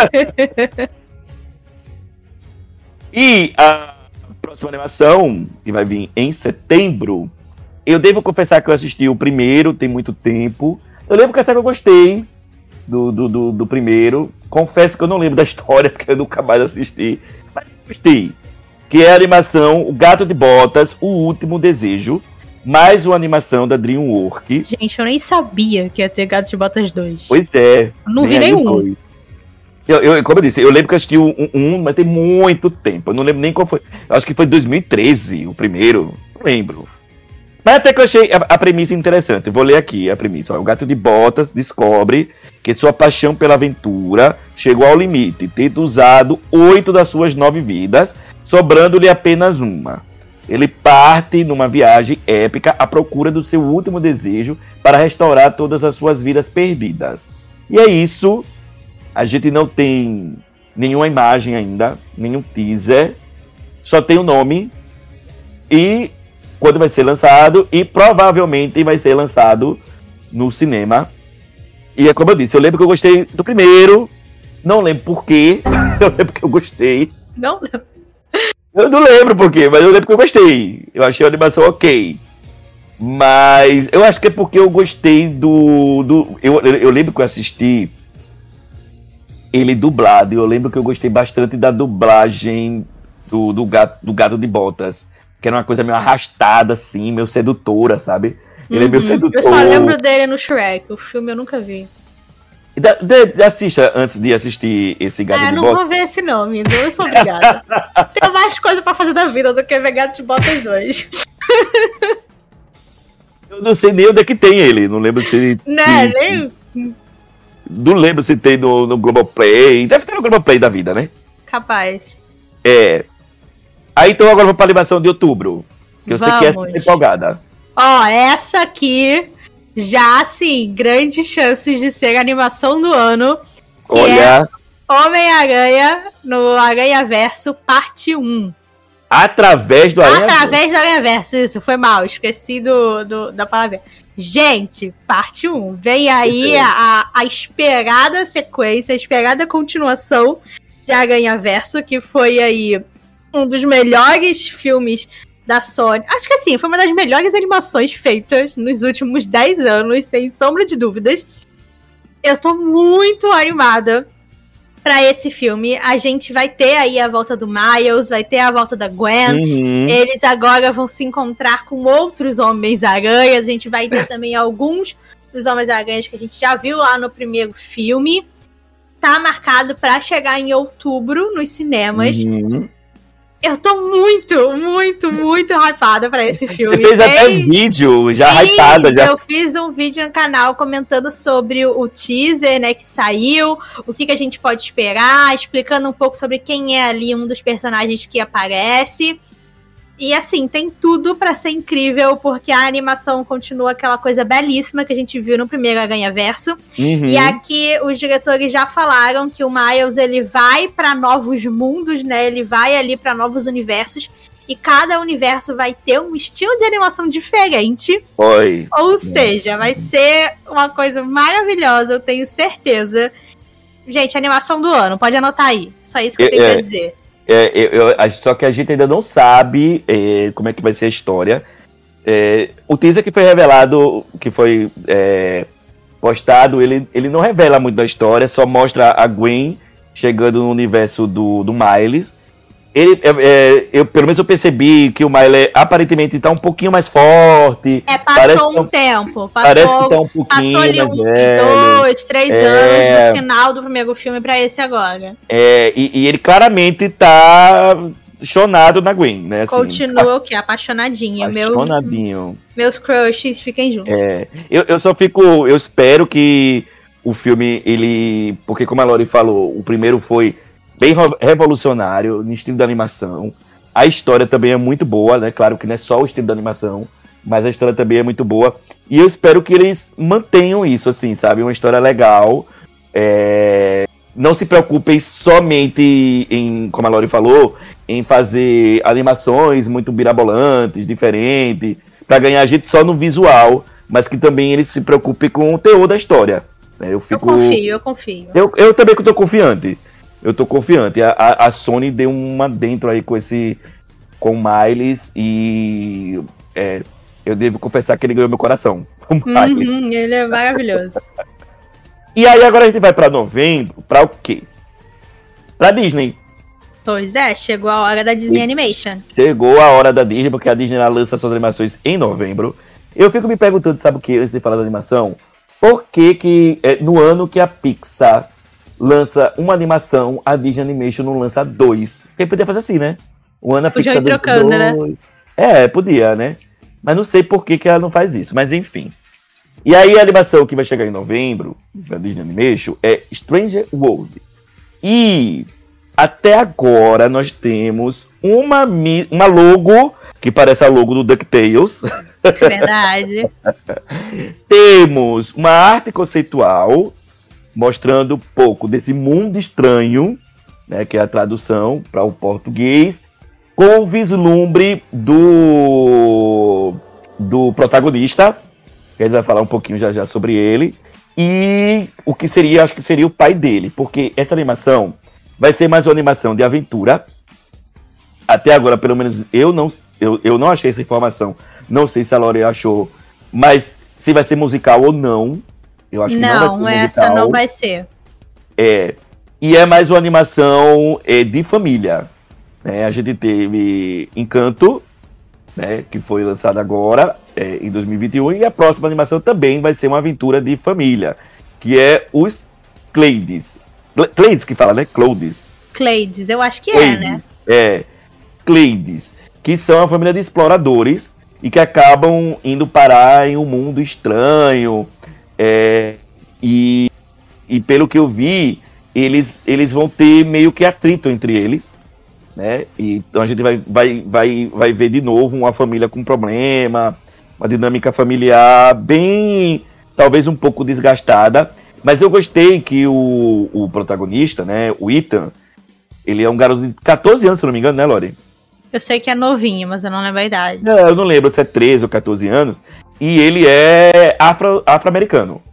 E a próxima animação, que vai vir em setembro, eu devo confessar que eu assisti o primeiro, tem muito tempo. Eu lembro que até eu gostei do primeiro. Confesso que eu não lembro da história, porque eu nunca mais assisti. Mas gostei. Que é a animação O Gato de Botas, O Último Desejo. Mais uma animação da DreamWorks. Gente, eu nem sabia que ia ter Gato de Botas 2. Pois é. Não vi nenhum. Como eu disse, eu lembro que eu assisti mas tem muito tempo. Eu não lembro nem qual foi. Eu acho que foi 2013, o primeiro. Não lembro. Mas até que eu achei a premissa interessante. Eu vou ler aqui a premissa. O Gato de Botas descobre que sua paixão pela aventura chegou ao limite, tendo usado 8 das suas 9 vidas, sobrando-lhe apenas uma. Ele parte numa viagem épica à procura do seu último desejo para restaurar todas as suas vidas perdidas. E é isso. A gente não tem nenhuma imagem ainda, nenhum teaser. Só tem o nome. E quando vai ser lançado. E provavelmente vai ser lançado no cinema. E é como eu disse, eu lembro que eu gostei do primeiro. Não lembro por quê. Eu lembro que eu gostei. Não lembro. Eu não lembro por quê, mas eu lembro que eu gostei. Eu achei a animação ok. Mas eu acho que é porque eu gostei eu lembro que eu assisti ele dublado. Eu lembro que eu gostei bastante da dublagem do Gato de Botas. Que era uma coisa meio arrastada, assim, meio sedutora, sabe? Ele é meio sedutor. Eu só lembro dele no Shrek. O filme eu nunca vi. Assista antes de assistir esse Gato de Botas. Não vou ver esse nome. Não, eu sou obrigada. Tenho mais coisa pra fazer da vida do que ver Gato de Botas 2. Eu não sei nem onde é que tem ele. Não lembro se... Não lembro se tem no Globoplay. Deve ter no Globoplay da vida, né? Capaz. Aí então agora vamos pra animação de outubro. Que eu sei que essa é empolgada. Essa aqui já, assim, grandes chances de ser a animação do ano. Que é Homem-Aranha no Aranhaverso Parte 1. Através do Aranhaverso. Através do Aranhaverso, isso, foi mal. Esqueci da palavra. Gente, Parte 1. Vem aí a esperada sequência, a esperada continuação de Aranhaverso, que foi aí um dos melhores filmes da Sony. Acho que assim, foi uma das melhores animações feitas nos últimos 10 anos, sem sombra de dúvidas. Eu tô muito animada pra esse filme. A gente vai ter aí a volta do Miles, vai ter a volta da Gwen. Eles agora vão se encontrar com outros Homens-Aranhas. A gente vai ter também alguns dos Homens-Aranhas que a gente já viu lá no primeiro filme. Tá marcado pra chegar em outubro nos cinemas. Eu tô muito, muito, muito hypada pra esse filme. Você fez até vídeo, já hypada. Eu fiz um vídeo no canal comentando sobre o teaser, né, que saiu, o que a gente pode esperar, explicando um pouco sobre quem é ali um dos personagens que aparece. E assim, tem tudo pra ser incrível, porque a animação continua aquela coisa belíssima que a gente viu no primeiro Aranhaverso. E aqui os diretores já falaram que o Miles, ele vai pra novos mundos, né? Ele vai ali pra novos universos. E cada universo vai ter um estilo de animação diferente. Ou seja, vai ser uma coisa maravilhosa, eu tenho certeza. Gente, animação do ano, pode anotar aí. Só isso que eu tenho pra dizer. Só que a gente ainda não sabe como é que vai ser a história. O teaser que foi revelado, que foi postado, ele não revela muito da história, só mostra a Gwen chegando no universo do Miles. Pelo menos eu percebi que o Miles aparentemente tá um pouquinho mais forte. Passou um tempo. Parece que tá um pouquinho mais velho. Passou ali 2, 3 anos no final do primeiro filme pra esse agora. E ele claramente tá chonado na Gwen, né? Assim, continua o quê? Apaixonadinho. Meus crushes fiquem juntos. Eu espero que o filme, porque como a Lori falou, o primeiro foi bem revolucionário no estilo da animação. A história também é muito boa, né? Claro que não é só o estilo da animação, mas a história também é muito boa. E eu espero que eles mantenham isso, assim, sabe? Uma história legal. Não se preocupem somente em, como a Lori falou, em fazer animações muito mirabolantes, diferentes, para ganhar gente só no visual, mas que também eles se preocupem com o teor da história. Eu confio. Eu também que tô confiante. Eu tô confiante. A Sony deu uma dentro aí com o Miles e eu devo confessar que ele ganhou meu coração. Ele é maravilhoso. E aí agora a gente vai pra novembro, pra o quê? Pra Disney. Pois é, chegou a hora da Disney Animation. Chegou a hora da Disney, porque a Disney ela lança suas animações em novembro. Eu fico me perguntando, sabe o que, antes de falar da animação? Por que no ano que a Pixar lança uma animação, a Disney Animation não lança 2? Porque podia fazer assim, né? Um ano a Pixar lança trocando, 2. né? Podia, né? Mas não sei por que ela não faz isso, mas enfim. E aí a animação que vai chegar em novembro, da Disney Animation, é Stranger World. E até agora nós temos uma logo, que parece a logo do DuckTales. Verdade. Temos uma arte conceitual, mostrando um pouco desse mundo estranho, né, que é a tradução para o português, com o vislumbre do protagonista, que a gente vai falar um pouquinho já sobre ele, e o que seria, acho que seria o pai dele, porque essa animação vai ser mais uma animação de aventura. até agora, pelo menos, eu não achei essa informação. Não sei se a Lore achou, mas se vai ser musical ou não. Eu acho que não vai ser musical. Essa não vai ser. E é mais uma animação de família. Né? A gente teve Encanto, né, que foi lançada agora, em 2021, e a próxima animação também vai ser uma aventura de família, que é os Cleides. Cleides que fala, né? Cleides, eu acho que Cleides, né? Cleides, que são a família de exploradores e que acabam indo parar em um mundo estranho. E pelo que eu vi, eles vão ter meio que atrito entre eles, né? E então a gente vai ver de novo uma família com problema, uma dinâmica familiar bem, talvez um pouco desgastada. Mas eu gostei que o protagonista, né, o Ethan, ele é um garoto de 14 anos, se não me engano, né, Lore? Eu sei que é novinho, mas eu não lembro a idade. Eu não lembro se é 13 ou 14 anos. E ele é afro-americano.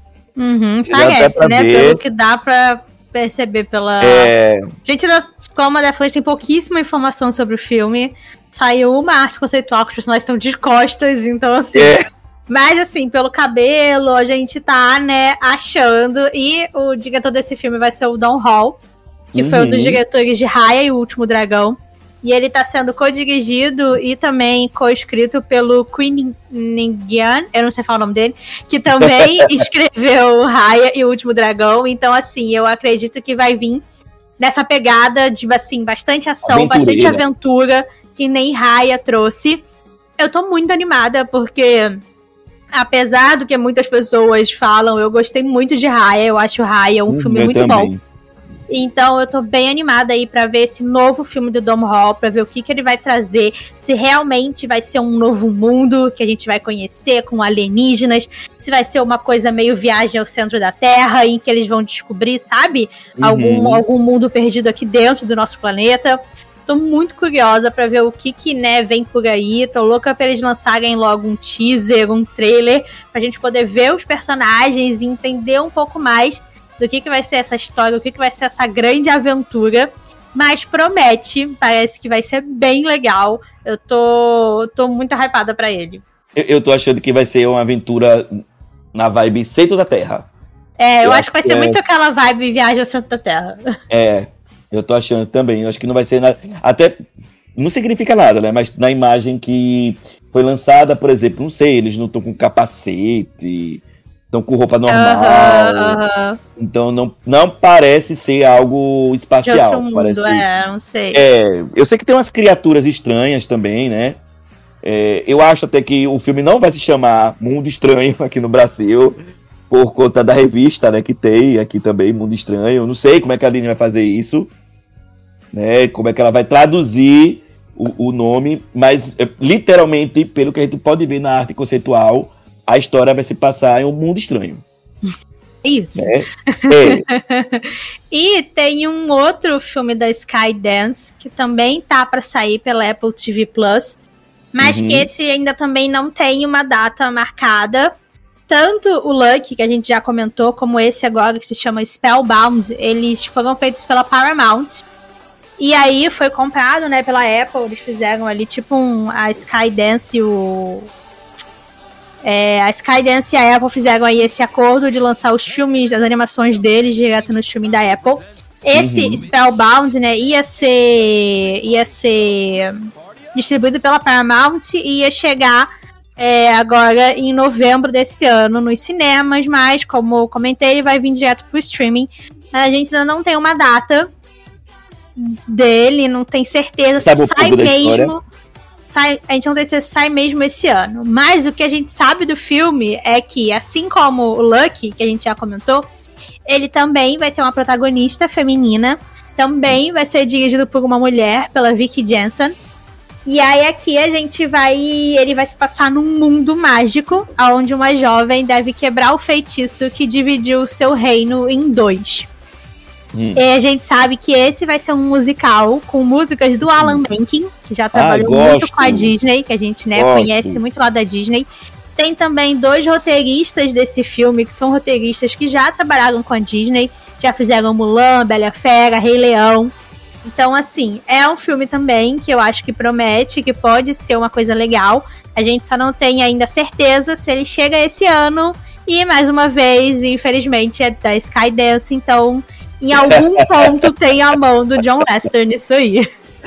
Parece, né? Pelo que dá pra perceber pela... Gente, como a Netflix tem pouquíssima informação sobre o filme, saiu uma arte conceitual que os personagens estão de costas, então assim... Mas assim, pelo cabelo, a gente tá, né, achando... E o diretor desse filme vai ser o Don Hall, que foi um dos diretores de Raya e o Último Dragão. E ele tá sendo co-dirigido e também co-escrito pelo Queen Nguyen, eu não sei falar o nome dele, que também escreveu Raya e o Último Dragão. Então, assim, eu acredito que vai vir nessa pegada de, assim, bastante ação, bastante aventura, que nem Raya trouxe. Eu tô muito animada, porque... Apesar do que muitas pessoas falam, eu gostei muito de Raya. Eu acho Raya um filme muito bom. Então eu tô bem animada aí pra ver esse novo filme do Don Hall, pra ver o que ele vai trazer, se realmente vai ser um novo mundo que a gente vai conhecer com alienígenas, se vai ser uma coisa meio viagem ao centro da Terra, em que eles vão descobrir, sabe, algum mundo perdido aqui dentro do nosso planeta. Tô muito curiosa pra ver o que né, vem por aí. Tô louca pra eles lançarem logo um teaser, um trailer, pra gente poder ver os personagens e entender um pouco mais do que vai ser essa história, o que vai ser essa grande aventura. Mas promete, parece que vai ser bem legal. Eu tô muito hypada pra ele. Eu tô achando que vai ser uma aventura na vibe Centro da Terra. Eu acho que vai ser muito aquela vibe Viagem ao Centro da Terra. Eu tô achando também. Eu acho que não vai ser nada. Até não significa nada, né? Mas na imagem que foi lançada, por exemplo, não sei, eles não estão com capacete, estão com roupa normal. Então não parece ser algo espacial. De outro mundo, parece não sei. Eu sei que tem umas criaturas estranhas também, né? Eu acho até que o filme não vai se chamar Mundo Estranho aqui no Brasil, por conta da revista, né, que tem aqui também, Mundo Estranho. Eu não sei como é que a Disney vai fazer isso, né, como é que ela vai traduzir o nome, mas literalmente, pelo que a gente pode ver na arte conceitual, a história vai se passar em um mundo estranho. Isso. Né? E tem um outro filme da Skydance, que também tá para sair pela Apple TV Plus, mas que esse ainda também não tem uma data marcada. Tanto o Lucky, que a gente já comentou, como esse agora, que se chama Spellbound, eles foram feitos pela Paramount. E aí foi comprado, né, pela Apple. Eles fizeram ali tipo a Skydance e a Skydance e a Apple fizeram aí esse acordo de lançar os filmes, as animações deles direto no streaming da Apple. Esse Spellbound, né, ia ser distribuído pela Paramount e ia chegar agora em novembro desse ano nos cinemas, mas como eu comentei, ele vai vir direto pro streaming. A gente ainda não tem uma data dele, não tem certeza se sai mesmo. A gente não tem certeza se sai mesmo esse ano. Mas o que a gente sabe do filme é que, assim como o Lucky, que a gente já comentou, ele também vai ter uma protagonista feminina, também vai ser dirigido por uma mulher, pela Vicky Jensen. E aí aqui ele vai se passar num mundo mágico, onde uma jovem deve quebrar o feitiço que dividiu o seu reino em 2. E a gente sabe que esse vai ser um musical com músicas do Alan Menken, que já trabalhou muito com a Disney, que a gente, né, conhece muito lá da Disney. Tem também 2 roteiristas desse filme, que são roteiristas que já trabalharam com a Disney, já fizeram Mulan, Bela e a Fera, Rei Leão. Então, assim, é um filme também que eu acho que promete, que pode ser uma coisa legal. A gente só não tem ainda certeza se ele chega esse ano. E, mais uma vez, infelizmente, é da Skydance. Então, em algum ponto, tem a mão do John Lasseter nisso aí.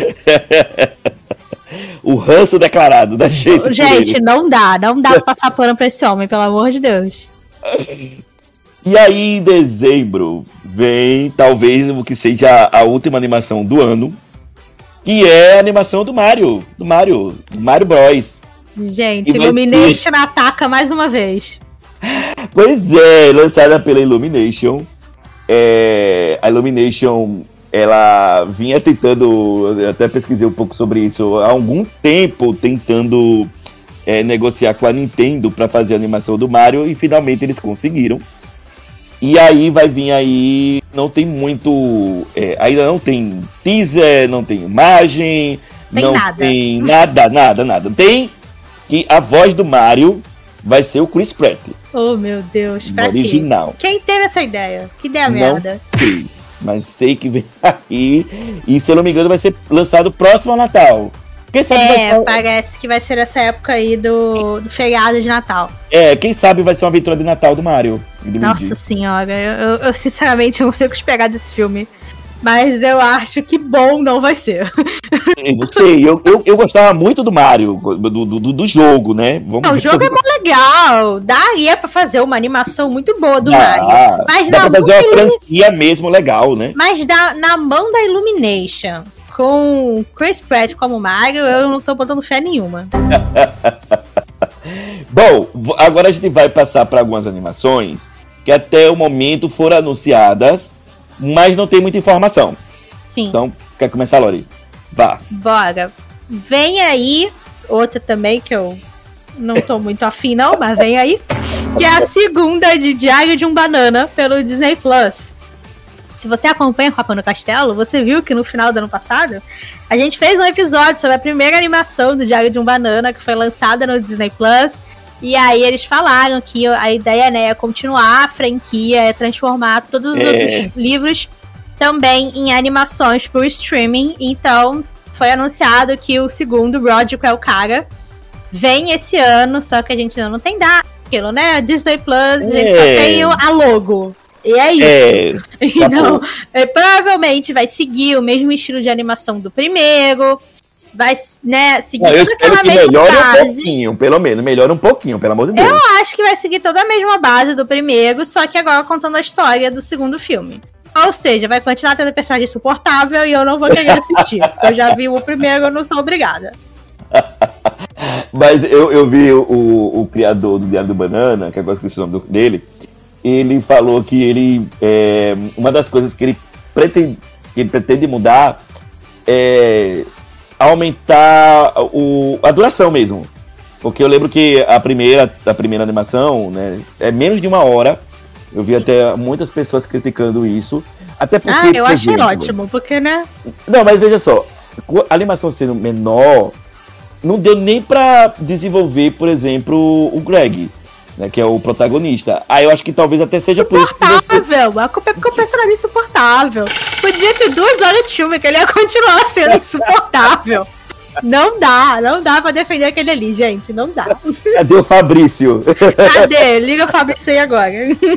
O ranço declarado, da jeito. Gente, não dá pra passar pano pra esse homem, pelo amor de Deus. E aí, em dezembro, vem talvez o que seja a última animação do ano, que é a animação do Mario Bros. Gente, Illumination ataca mais uma vez. Pois é, lançada pela Illumination. A Illumination, ela vinha tentando, eu até pesquisei um pouco sobre isso, há algum tempo tentando negociar com a Nintendo para fazer a animação do Mario, e finalmente eles conseguiram. E aí vai vir aí, não tem muito, ainda não tem teaser, não tem imagem, tem nada. Tem que a voz do Mario vai ser o Chris Pratt. Oh, meu Deus, pra original. Quem teve essa ideia? Que ideia merda. Não sei, mas sei que vem aí, e se eu não me engano vai ser lançado próximo ao Natal. Quem sabe parece que vai ser essa época aí do feriado de Natal. Quem sabe vai ser uma aventura de Natal do Mario. Nossa senhora, eu sinceramente não sei o que esperar desse filme. Mas eu acho que bom não vai ser. Eu não sei, eu gostava muito do Mario, do jogo, né? O jogo é muito legal. Daria pra fazer uma animação muito boa do Mario. Mas dá pra fazer uma franquia mesmo legal, né? Mas na mão da Illumination, com Chris Pratt como Mario, eu não tô botando fé nenhuma. Bom, agora a gente vai passar para algumas animações que até o momento foram anunciadas, mas não tem muita informação. Sim. Então, quer começar, Lori? Vá. Bora. Vem aí, outra também que eu não tô muito afim não, mas vem aí, que é a segunda de Diário de um Banana pelo Disney Plus. Se você acompanha o Papo no Castelo, você viu que no final do ano passado a gente fez um episódio sobre a primeira animação do Diário de um Banana, que foi lançada no Disney Plus. E aí eles falaram que a ideia, né, é continuar a franquia, é transformar todos os outros livros também em animações pro streaming. Então foi anunciado que o segundo, Rodrigo é o Cara, vem esse ano, só que a gente ainda não tem data, aquilo, né? Disney Plus, a gente só tem a logo. E é isso. Então, provavelmente vai seguir o mesmo estilo de animação do primeiro. Vai, né, seguir eu espero que melhore um pouquinho, pelo menos. Melhore um pouquinho, pelo amor de Deus. Eu acho que vai seguir toda a mesma base do primeiro, só que agora contando a história do segundo filme. Ou seja, vai continuar tendo personagem insuportável e eu não vou querer assistir. Eu já vi o primeiro, eu não sou obrigada. Mas eu vi o criador do Diário do Banana, que agora esqueci o nome dele. Ele falou que ele uma das coisas que ele pretende mudar é aumentar a duração mesmo. Porque eu lembro que a primeira animação, né, é menos de 1 hora. Eu vi até muitas pessoas criticando isso. Até porque, eu achei ótimo, porque, né? Não, mas veja só, a animação sendo menor, não deu nem pra desenvolver, por exemplo, o Greg, né, que é o protagonista. Aí eu acho que talvez até seja por isso que insuportável! A culpa é porque o personagem é insuportável. Podia ter 2 horas de filme que ele ia continuar sendo insuportável. Não dá pra defender aquele ali, gente. Não dá. Cadê o Fabrício? Cadê? Liga o Fabrício aí agora.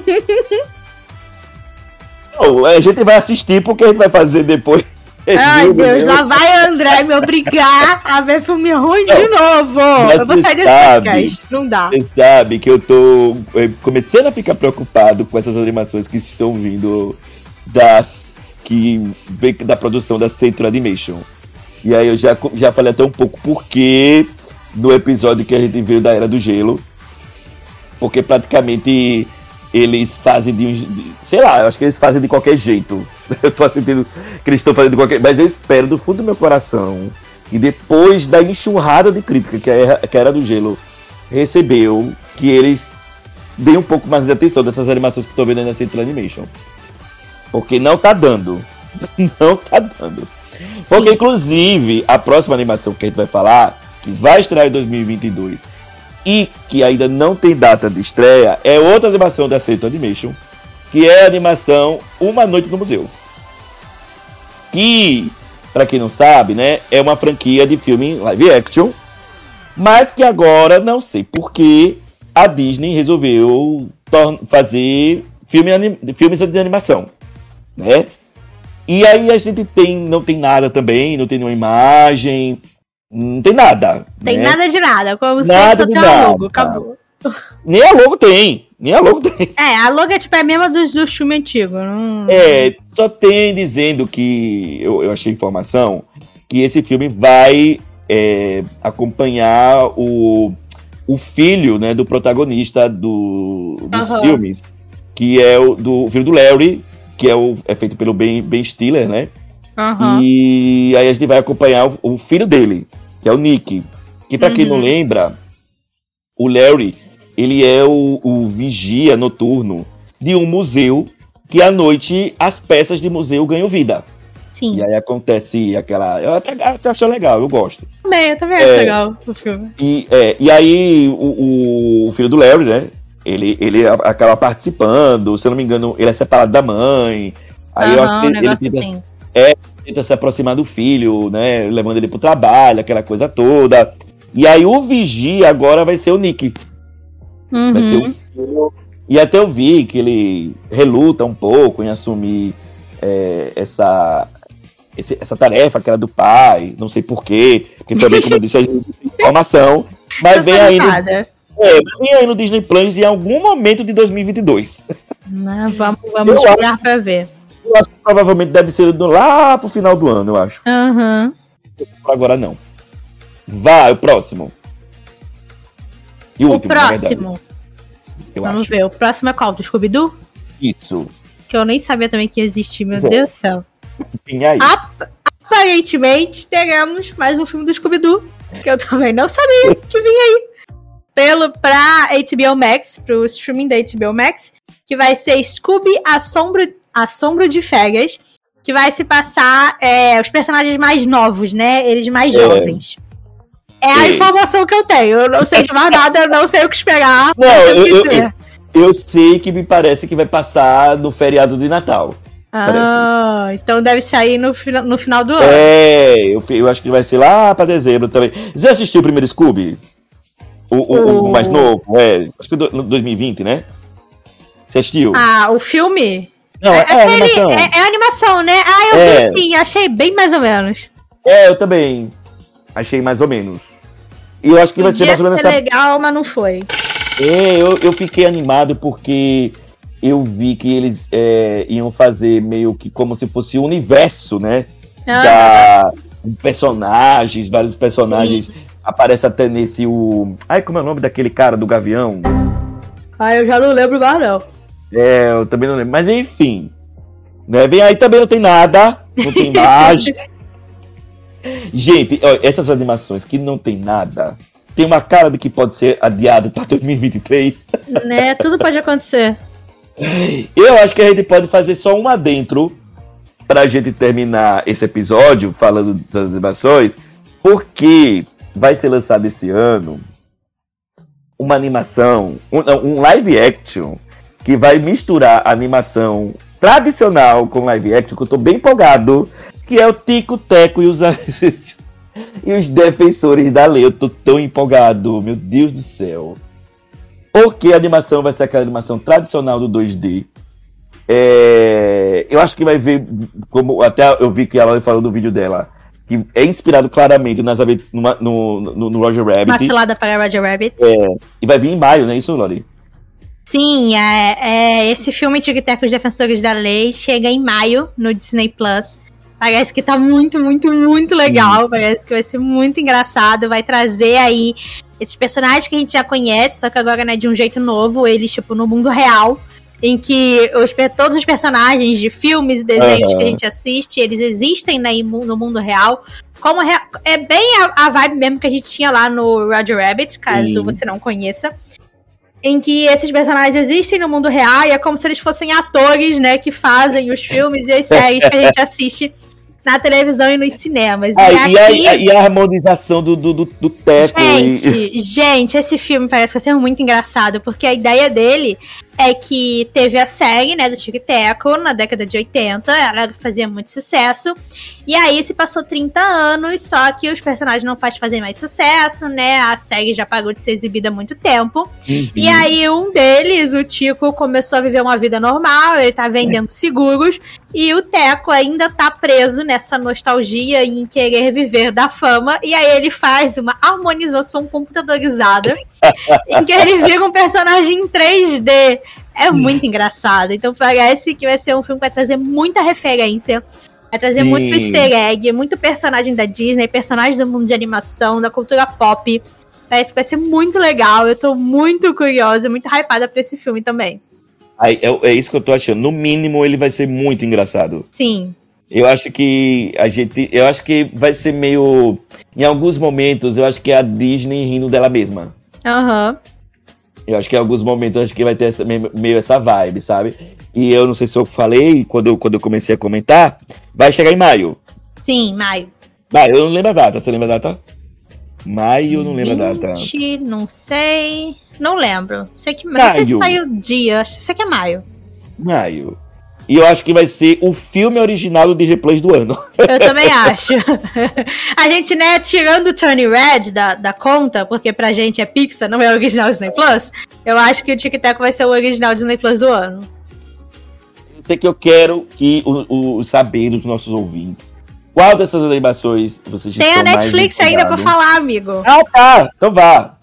Não, a gente vai assistir porque a gente vai fazer depois. Ai, Deus, lá vai André me obrigar a ver filme ruim de novo. Eu vou sair desse podcast. Não dá. Você sabe que eu tô começando a ficar preocupado com essas animações que estão vindo da produção da Central Animation. E aí eu já falei até um pouco porque no episódio que a gente viu da Era do Gelo, porque praticamente eles fazem sei lá, eu acho que eles fazem de qualquer jeito. Eu tô sentindo que eles estão fazendo de qualquer... Mas eu espero do fundo do meu coração que depois da enxurrada de crítica que a Era do Gelo recebeu, que eles deem um pouco mais de atenção dessas animações que estão vendo aí na Central Animation. Porque não tá dando. Não tá dando. Porque, inclusive, a próxima animação que a gente vai falar, que vai estrear em 2022 e que ainda não tem data de estreia, é outra animação da Central Animation, que é a animação Uma Noite no Museu. Que pra quem não sabe, né, é uma franquia de filme live action, mas que agora, não sei por que, a Disney resolveu fazer filmes de animação, né? E aí a gente não tem nada também, não tem nenhuma imagem, não tem nada. Tem né? Nada de nada, como nada sempre, de só tem nada. a logo, acabou. Nem a logo tem. A logo é tipo a mesma do filme antigo. Não... Só tem dizendo que, eu achei informação, que esse filme vai acompanhar o filho, né, do protagonista dos filmes, que é o filho do Larry, que é feito pelo Ben Stiller, né? E aí a gente vai acompanhar o filho dele, que é o Nick. Que pra quem não lembra, o Larry, ele é o vigia noturno de um museu que à noite as peças de museu ganham vida. Sim. E aí acontece aquela... Eu até acho legal, eu gosto. Eu também acho legal o filme. E aí o filho do Larry, né? Ele acaba participando, se eu não me engano, ele é separado da mãe. Aí eu acho que ele tenta se aproximar do filho, né? Levando ele pro trabalho, aquela coisa toda. E aí o vigia agora vai ser o Nick. Vai ser o filho. E até eu vi que ele reluta um pouco em assumir essa tarefa que era do pai. Não sei porquê. Porque também, como eu disse, a gente tem informação. Mas vem aí no Disney Plus em algum momento de 2022. Vamos esperar pra ver. Eu acho que provavelmente deve ser lá pro final do ano, eu acho. Por agora não. Vai, o próximo. E o último, próximo. Vamos ver, o próximo é qual? Do Scooby-Doo? Isso. Que eu nem sabia também que existia, meu Deus do céu. Tem aí. Aparentemente, teremos mais um filme do Scooby-Doo, que eu também não sabia que vinha aí. Pra HBO Max, pro streaming da HBO Max, que vai ser Scooby Assombro de Férias, que vai se passar os personagens mais novos, né? Eles mais jovens. É a informação que eu tenho. Eu não sei de mais nada, eu não sei o que esperar. Eu sei que me parece que vai passar no feriado de Natal. Então deve sair no final do ano. Eu acho que vai ser lá pra dezembro também. Você assistiu o primeiro Scooby? O mais novo? Acho que 2020, né? Você assistiu? O filme? Não, animação. É animação, né? Eu vi sim, achei bem mais ou menos. Eu também achei mais ou menos. E eu acho que vai ser mais ou menos legal, mas não foi. Eu fiquei animado porque eu vi que eles iam fazer meio que como se fosse o universo, né? Personagens, vários personagens. Sim. Aparece até nesse como é o nome daquele cara do Gavião? Eu já não lembro mais, não. Eu também não lembro. Mas enfim. Né? Vem aí também não tem nada. Não tem imagem. Gente, essas animações que não tem nada, tem uma cara de que pode ser adiado para 2023. Né? Tudo pode acontecer. Eu acho que a gente pode fazer só um adentro pra gente terminar esse episódio falando das animações, porque vai ser lançado esse ano uma animação, um live action que vai misturar a animação tradicional com live action, que eu tô bem empolgado, que é o Tico Teco e os Defensores da Lei. Eu tô tão empolgado, meu Deus do céu. Porque a animação vai ser aquela animação tradicional do 2D. Eu acho que vai ver, como até eu vi que ela falou no vídeo dela, que é inspirado claramente no Roger Rabbit. Uma cilada para Roger Rabbit. E vai vir em maio, não é isso, Lori? Sim, esse filme Tico Teco e os Defensores da Lei chega em maio no Disney Plus. Parece que tá muito, muito, muito legal. Parece que vai ser muito engraçado. Vai trazer aí esses personagens que a gente já conhece, só que agora, né, de um jeito novo, eles, tipo, no mundo real, em que todos os personagens de filmes e desenhos que a gente assiste, eles existem, né, no mundo real. Como é bem a vibe mesmo que a gente tinha lá no Roger Rabbit, caso você não conheça. Em que esses personagens existem no mundo real e é como se eles fossem atores, né, que fazem os filmes e as séries que a gente assiste na televisão e nos cinemas. E a harmonização do teto. Gente, esse filme parece que vai ser muito engraçado, porque a ideia dele é que teve a série, né, do Tic Teco na década de 80, ela fazia muito sucesso, e aí se passou 30 anos, só que os personagens não fazem mais sucesso, né, a série já parou de ser exibida há muito tempo, e aí um deles, o Tico, começou a viver uma vida normal, ele tá vendendo seguros, e o Teco ainda tá preso nessa nostalgia e em querer viver da fama, e aí ele faz uma harmonização computadorizada, em que ele vira um personagem em 3D. É muito engraçado. Então parece que vai ser um filme que vai trazer muita referência, vai trazer muito easter egg, muito personagem da Disney, personagens do mundo de animação, da cultura pop. Parece que vai ser muito legal. Eu tô muito curiosa, muito hypada pra esse filme também. É isso que eu tô achando. No mínimo, ele vai ser muito engraçado. Sim. Eu acho que vai ser meio... Em alguns momentos, eu acho que é a Disney rindo dela mesma. Aham. Eu acho que em alguns momentos acho que vai ter meio essa vibe, sabe? E eu não sei se eu falei, quando eu comecei a comentar, vai chegar em maio. Sim, maio. Maio, eu não lembro a data. Você lembra a data? Maio, eu não lembro a data. Não sei. Não lembro. Sei que não sei se saiu o dia. Sei que é maio. Maio. E eu acho que vai ser o filme original do Disney Plus do ano. Eu também acho. A gente, né, tirando o Tony Red da conta, porque pra gente é Pixar, não é o original Disney Plus, eu acho que o Tic Tac vai ser o original Disney Plus do ano. Eu sei que eu quero que saber dos nossos ouvintes. Qual dessas animações vocês estão mais... Tem a Netflix ainda pra falar, amigo. Ah, tá. Então vá.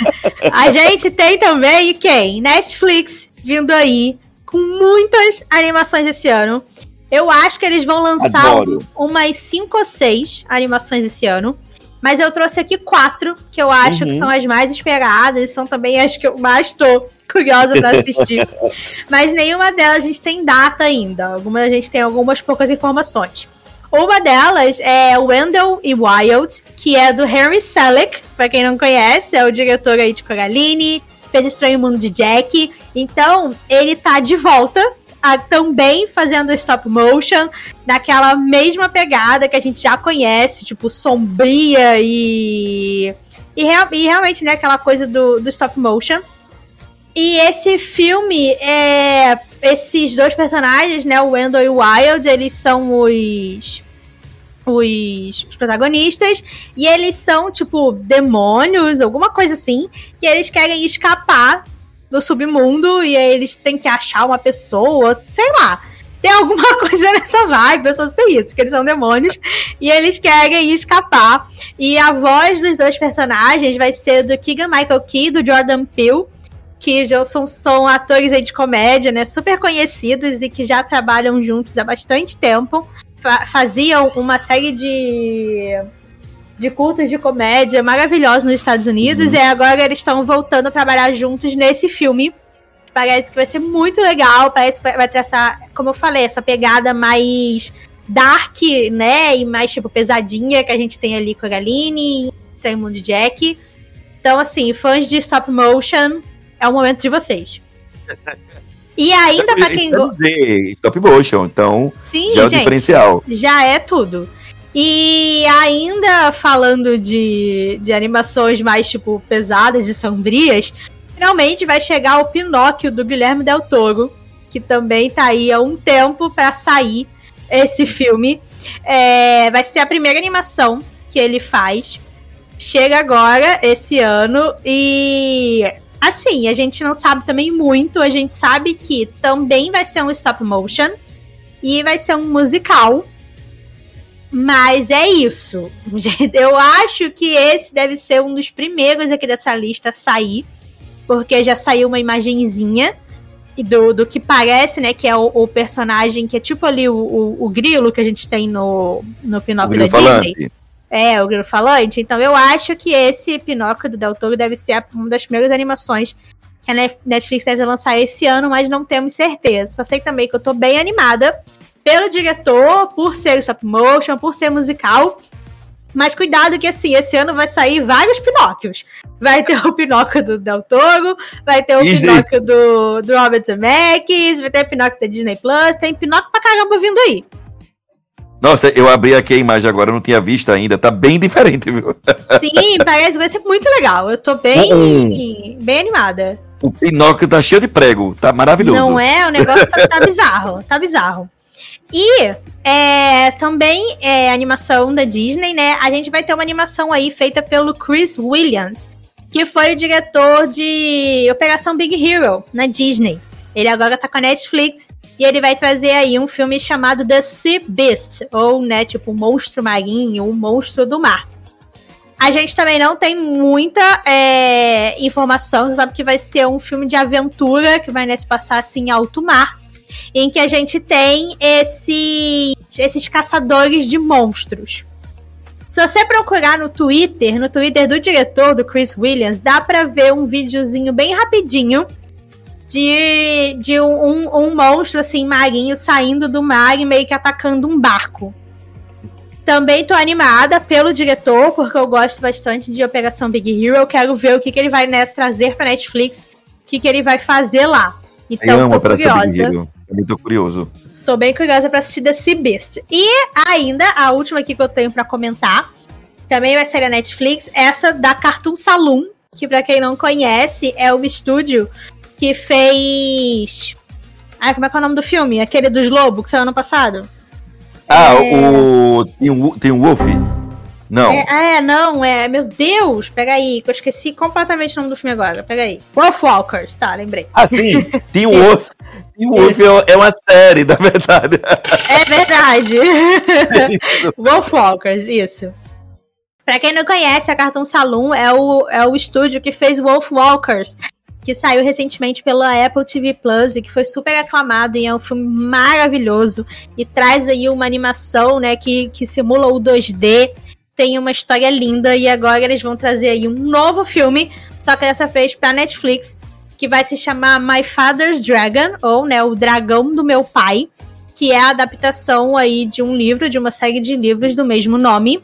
A gente tem também, quem? Netflix vindo aí, com muitas animações esse ano. Eu acho que eles vão lançar umas 5 ou 6 animações esse ano. Mas eu trouxe aqui 4, que eu acho que são as mais esperadas. E são também as que eu mais tô curiosa pra assistir. Mas nenhuma delas a gente tem data ainda. A gente tem algumas poucas informações. Uma delas é Wendell e Wild, que é do Henry Selick. Pra quem não conhece, é o diretor aí de Coraline, fez Estranho Mundo de Jack. Então, ele tá de volta, também fazendo stop motion, naquela mesma pegada que a gente já conhece, tipo, sombria e realmente, né, aquela coisa do stop motion. E esse filme, esses dois personagens, né, o Wendell e o Wild, eles são os protagonistas, e eles são, tipo, demônios, alguma coisa assim, que eles querem escapar do submundo, e aí eles têm que achar uma pessoa, sei lá, tem alguma coisa nessa vibe, eu só sei isso, que eles são demônios, e eles querem escapar, e a voz dos dois personagens vai ser do Keegan-Michael Key e do Jordan Peele, que já são atores aí de comédia, né, super conhecidos e que já trabalham juntos há bastante tempo, faziam uma série de cultos de comédia maravilhosos nos Estados Unidos, e agora eles estão voltando a trabalhar juntos nesse filme. Parece que vai ser muito legal, parece que vai ter essa, como eu falei, essa pegada mais dark, né, e mais, tipo, pesadinha que a gente tem ali com a Coraline, Estranho Mundo de Jack. Então, assim, fãs de stop motion, é o momento de vocês. E ainda pra quem gosta... Stop motion, então sim, já é o gente, diferencial. Já é tudo. E ainda falando de animações mais, tipo, pesadas e sombrias, finalmente vai chegar o Pinóquio do Guilherme Del Toro, que também tá aí há um tempo pra sair esse filme. Vai ser a primeira animação que ele faz. Chega agora, esse ano, e... assim, a gente não sabe também muito, a gente sabe que também vai ser um stop motion e vai ser um musical, mas é isso. Eu acho que esse deve ser um dos primeiros aqui dessa lista a sair, porque já saiu uma imagenzinha do que parece, né, que é o personagem que é tipo ali o grilo que a gente tem no Pinóquio da Disney. O grilo falante. Então eu acho que esse Pinóquio do Del Toro deve ser uma das primeiras animações que a Netflix deve lançar esse ano, mas não temos certeza. Só sei também que eu tô bem animada pelo diretor, por ser stop motion, por ser musical. Mas cuidado que, assim, esse ano vai sair vários Pinóquios. Vai ter o Pinóquio do Del Toro, vai ter o Pinóquio do Robert Zemeckis, vai ter o Pinóquio da Disney Plus, tem Pinóquio pra caramba vindo aí. Nossa, eu abri aqui a imagem agora, eu não tinha visto ainda. Tá bem diferente, viu? Sim, parece que vai ser muito legal. Eu tô bem animada. O Pinóquio tá cheio de prego, tá maravilhoso. Não é? O negócio tá bizarro, tá bizarro. E também animação da Disney, né? A gente vai ter uma animação aí feita pelo Chris Williams, que foi o diretor de Operação Big Hero na Disney. Ele agora tá com a Netflix e ele vai trazer aí um filme chamado The Sea Beast, ou, né, tipo, monstro marinho, o monstro do mar. A gente também não tem muita informação, você sabe que vai ser um filme de aventura, que vai se passar assim em alto mar, em que a gente tem esses caçadores de monstros. Se você procurar no Twitter do diretor, do Chris Williams, dá pra ver um videozinho bem rapidinho de um monstro assim marinho saindo do mar e meio que atacando um barco. Também tô animada pelo diretor, porque eu gosto bastante de Operação Big Hero. Eu quero ver o que ele vai, né, trazer pra Netflix, o que ele vai fazer lá. Então, eu amo Operação Big Hero. É muito curioso. Tô bem curiosa pra assistir The Sea Beast. E ainda, a última aqui que eu tenho pra comentar, também vai ser a Netflix, essa da Cartoon Saloon, que pra quem não conhece, é o estúdio que fez... como é que é o nome do filme? Aquele dos lobos que saiu ano passado. Tem um Wolf? Não. Meu Deus, pega aí, que eu esqueci completamente o nome do filme agora, pega aí. Wolfwalkers, tá, lembrei. Ah, sim, Teen Wolf. Teen Wolf é uma série, na verdade. É verdade. Wolfwalkers, isso. Pra quem não conhece, a Cartoon Saloon é o estúdio que fez Wolfwalkers, que saiu recentemente pela Apple TV Plus e que foi super aclamado e é um filme maravilhoso e traz aí uma animação, né, que simula o 2D, tem uma história linda e agora eles vão trazer aí um novo filme, só que dessa vez pra Netflix, que vai se chamar My Father's Dragon, ou, né, o Dragão do Meu Pai, que é a adaptação aí de um livro, de uma série de livros do mesmo nome.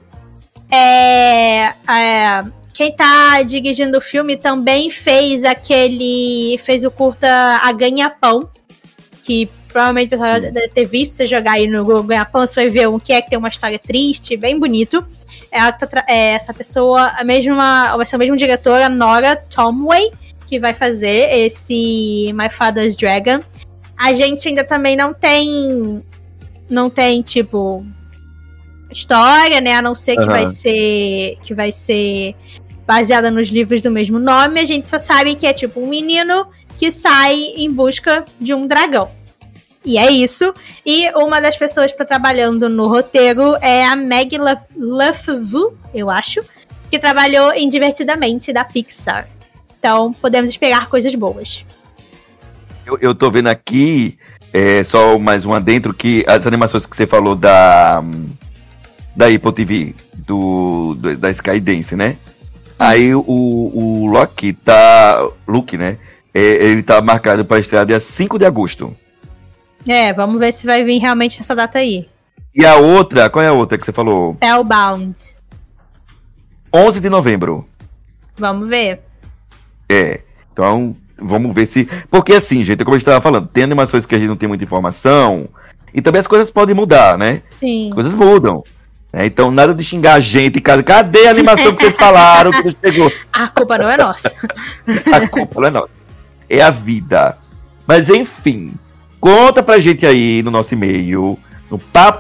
Quem tá dirigindo o filme também fez o curta A Ganha-Pão, que provavelmente o pessoal deve ter visto. Você jogar aí no Google Ganha-Pão, você vai ver um que é que tem uma história triste, bem bonito. Essa pessoa, vai ser o mesmo diretor, a Nora Tomway, que vai fazer esse My Father's Dragon. A gente ainda também não tem tipo história, né? A não ser que vai ser baseada nos livros do mesmo nome. A gente só sabe que é tipo um menino que sai em busca de um dragão. E é isso. E uma das pessoas que está trabalhando no roteiro é a Maggie LaFave, eu acho, que trabalhou em Divertidamente, da Pixar. Então, podemos esperar coisas boas. Eu tô vendo aqui, só mais um adentro, que as animações que você falou da Apple TV, da Skydance, né? Aí o Luke, né? Ele tá marcado para estrear dia 5 de agosto. Vamos ver se vai vir realmente essa data aí. E a outra, qual é a outra que você falou? Spellbound. 11 de novembro. Vamos ver. Então vamos ver se... Porque assim, gente, como a gente tava falando, tem animações que a gente não tem muita informação, e também as coisas podem mudar, né? Sim. As coisas mudam. Então nada de xingar a gente, cadê a animação que vocês falaram que não chegou? A culpa não é nossa. A culpa não é nossa. É a vida. Mas enfim, conta pra gente aí no nosso e-mail, no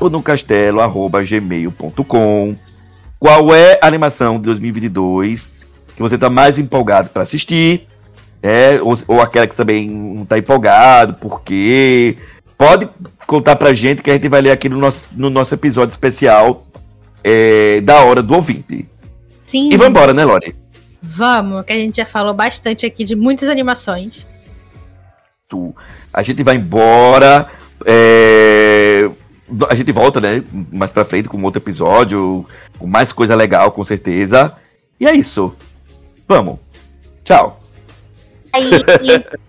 paponocastelo@gmail.com, qual é a animação de 2022 que você tá mais empolgado pra assistir, ou aquela que também não tá empolgado, por quê? Pode contar pra gente que a gente vai ler aqui no nosso episódio especial da Hora do Ouvinte. Sim. E vamos embora, né, Lore? Vamos, que a gente já falou bastante aqui de muitas animações. A gente vai embora. A gente volta, né, mais pra frente com outro episódio, com mais coisa legal, com certeza. E é isso. Vamos. Tchau. E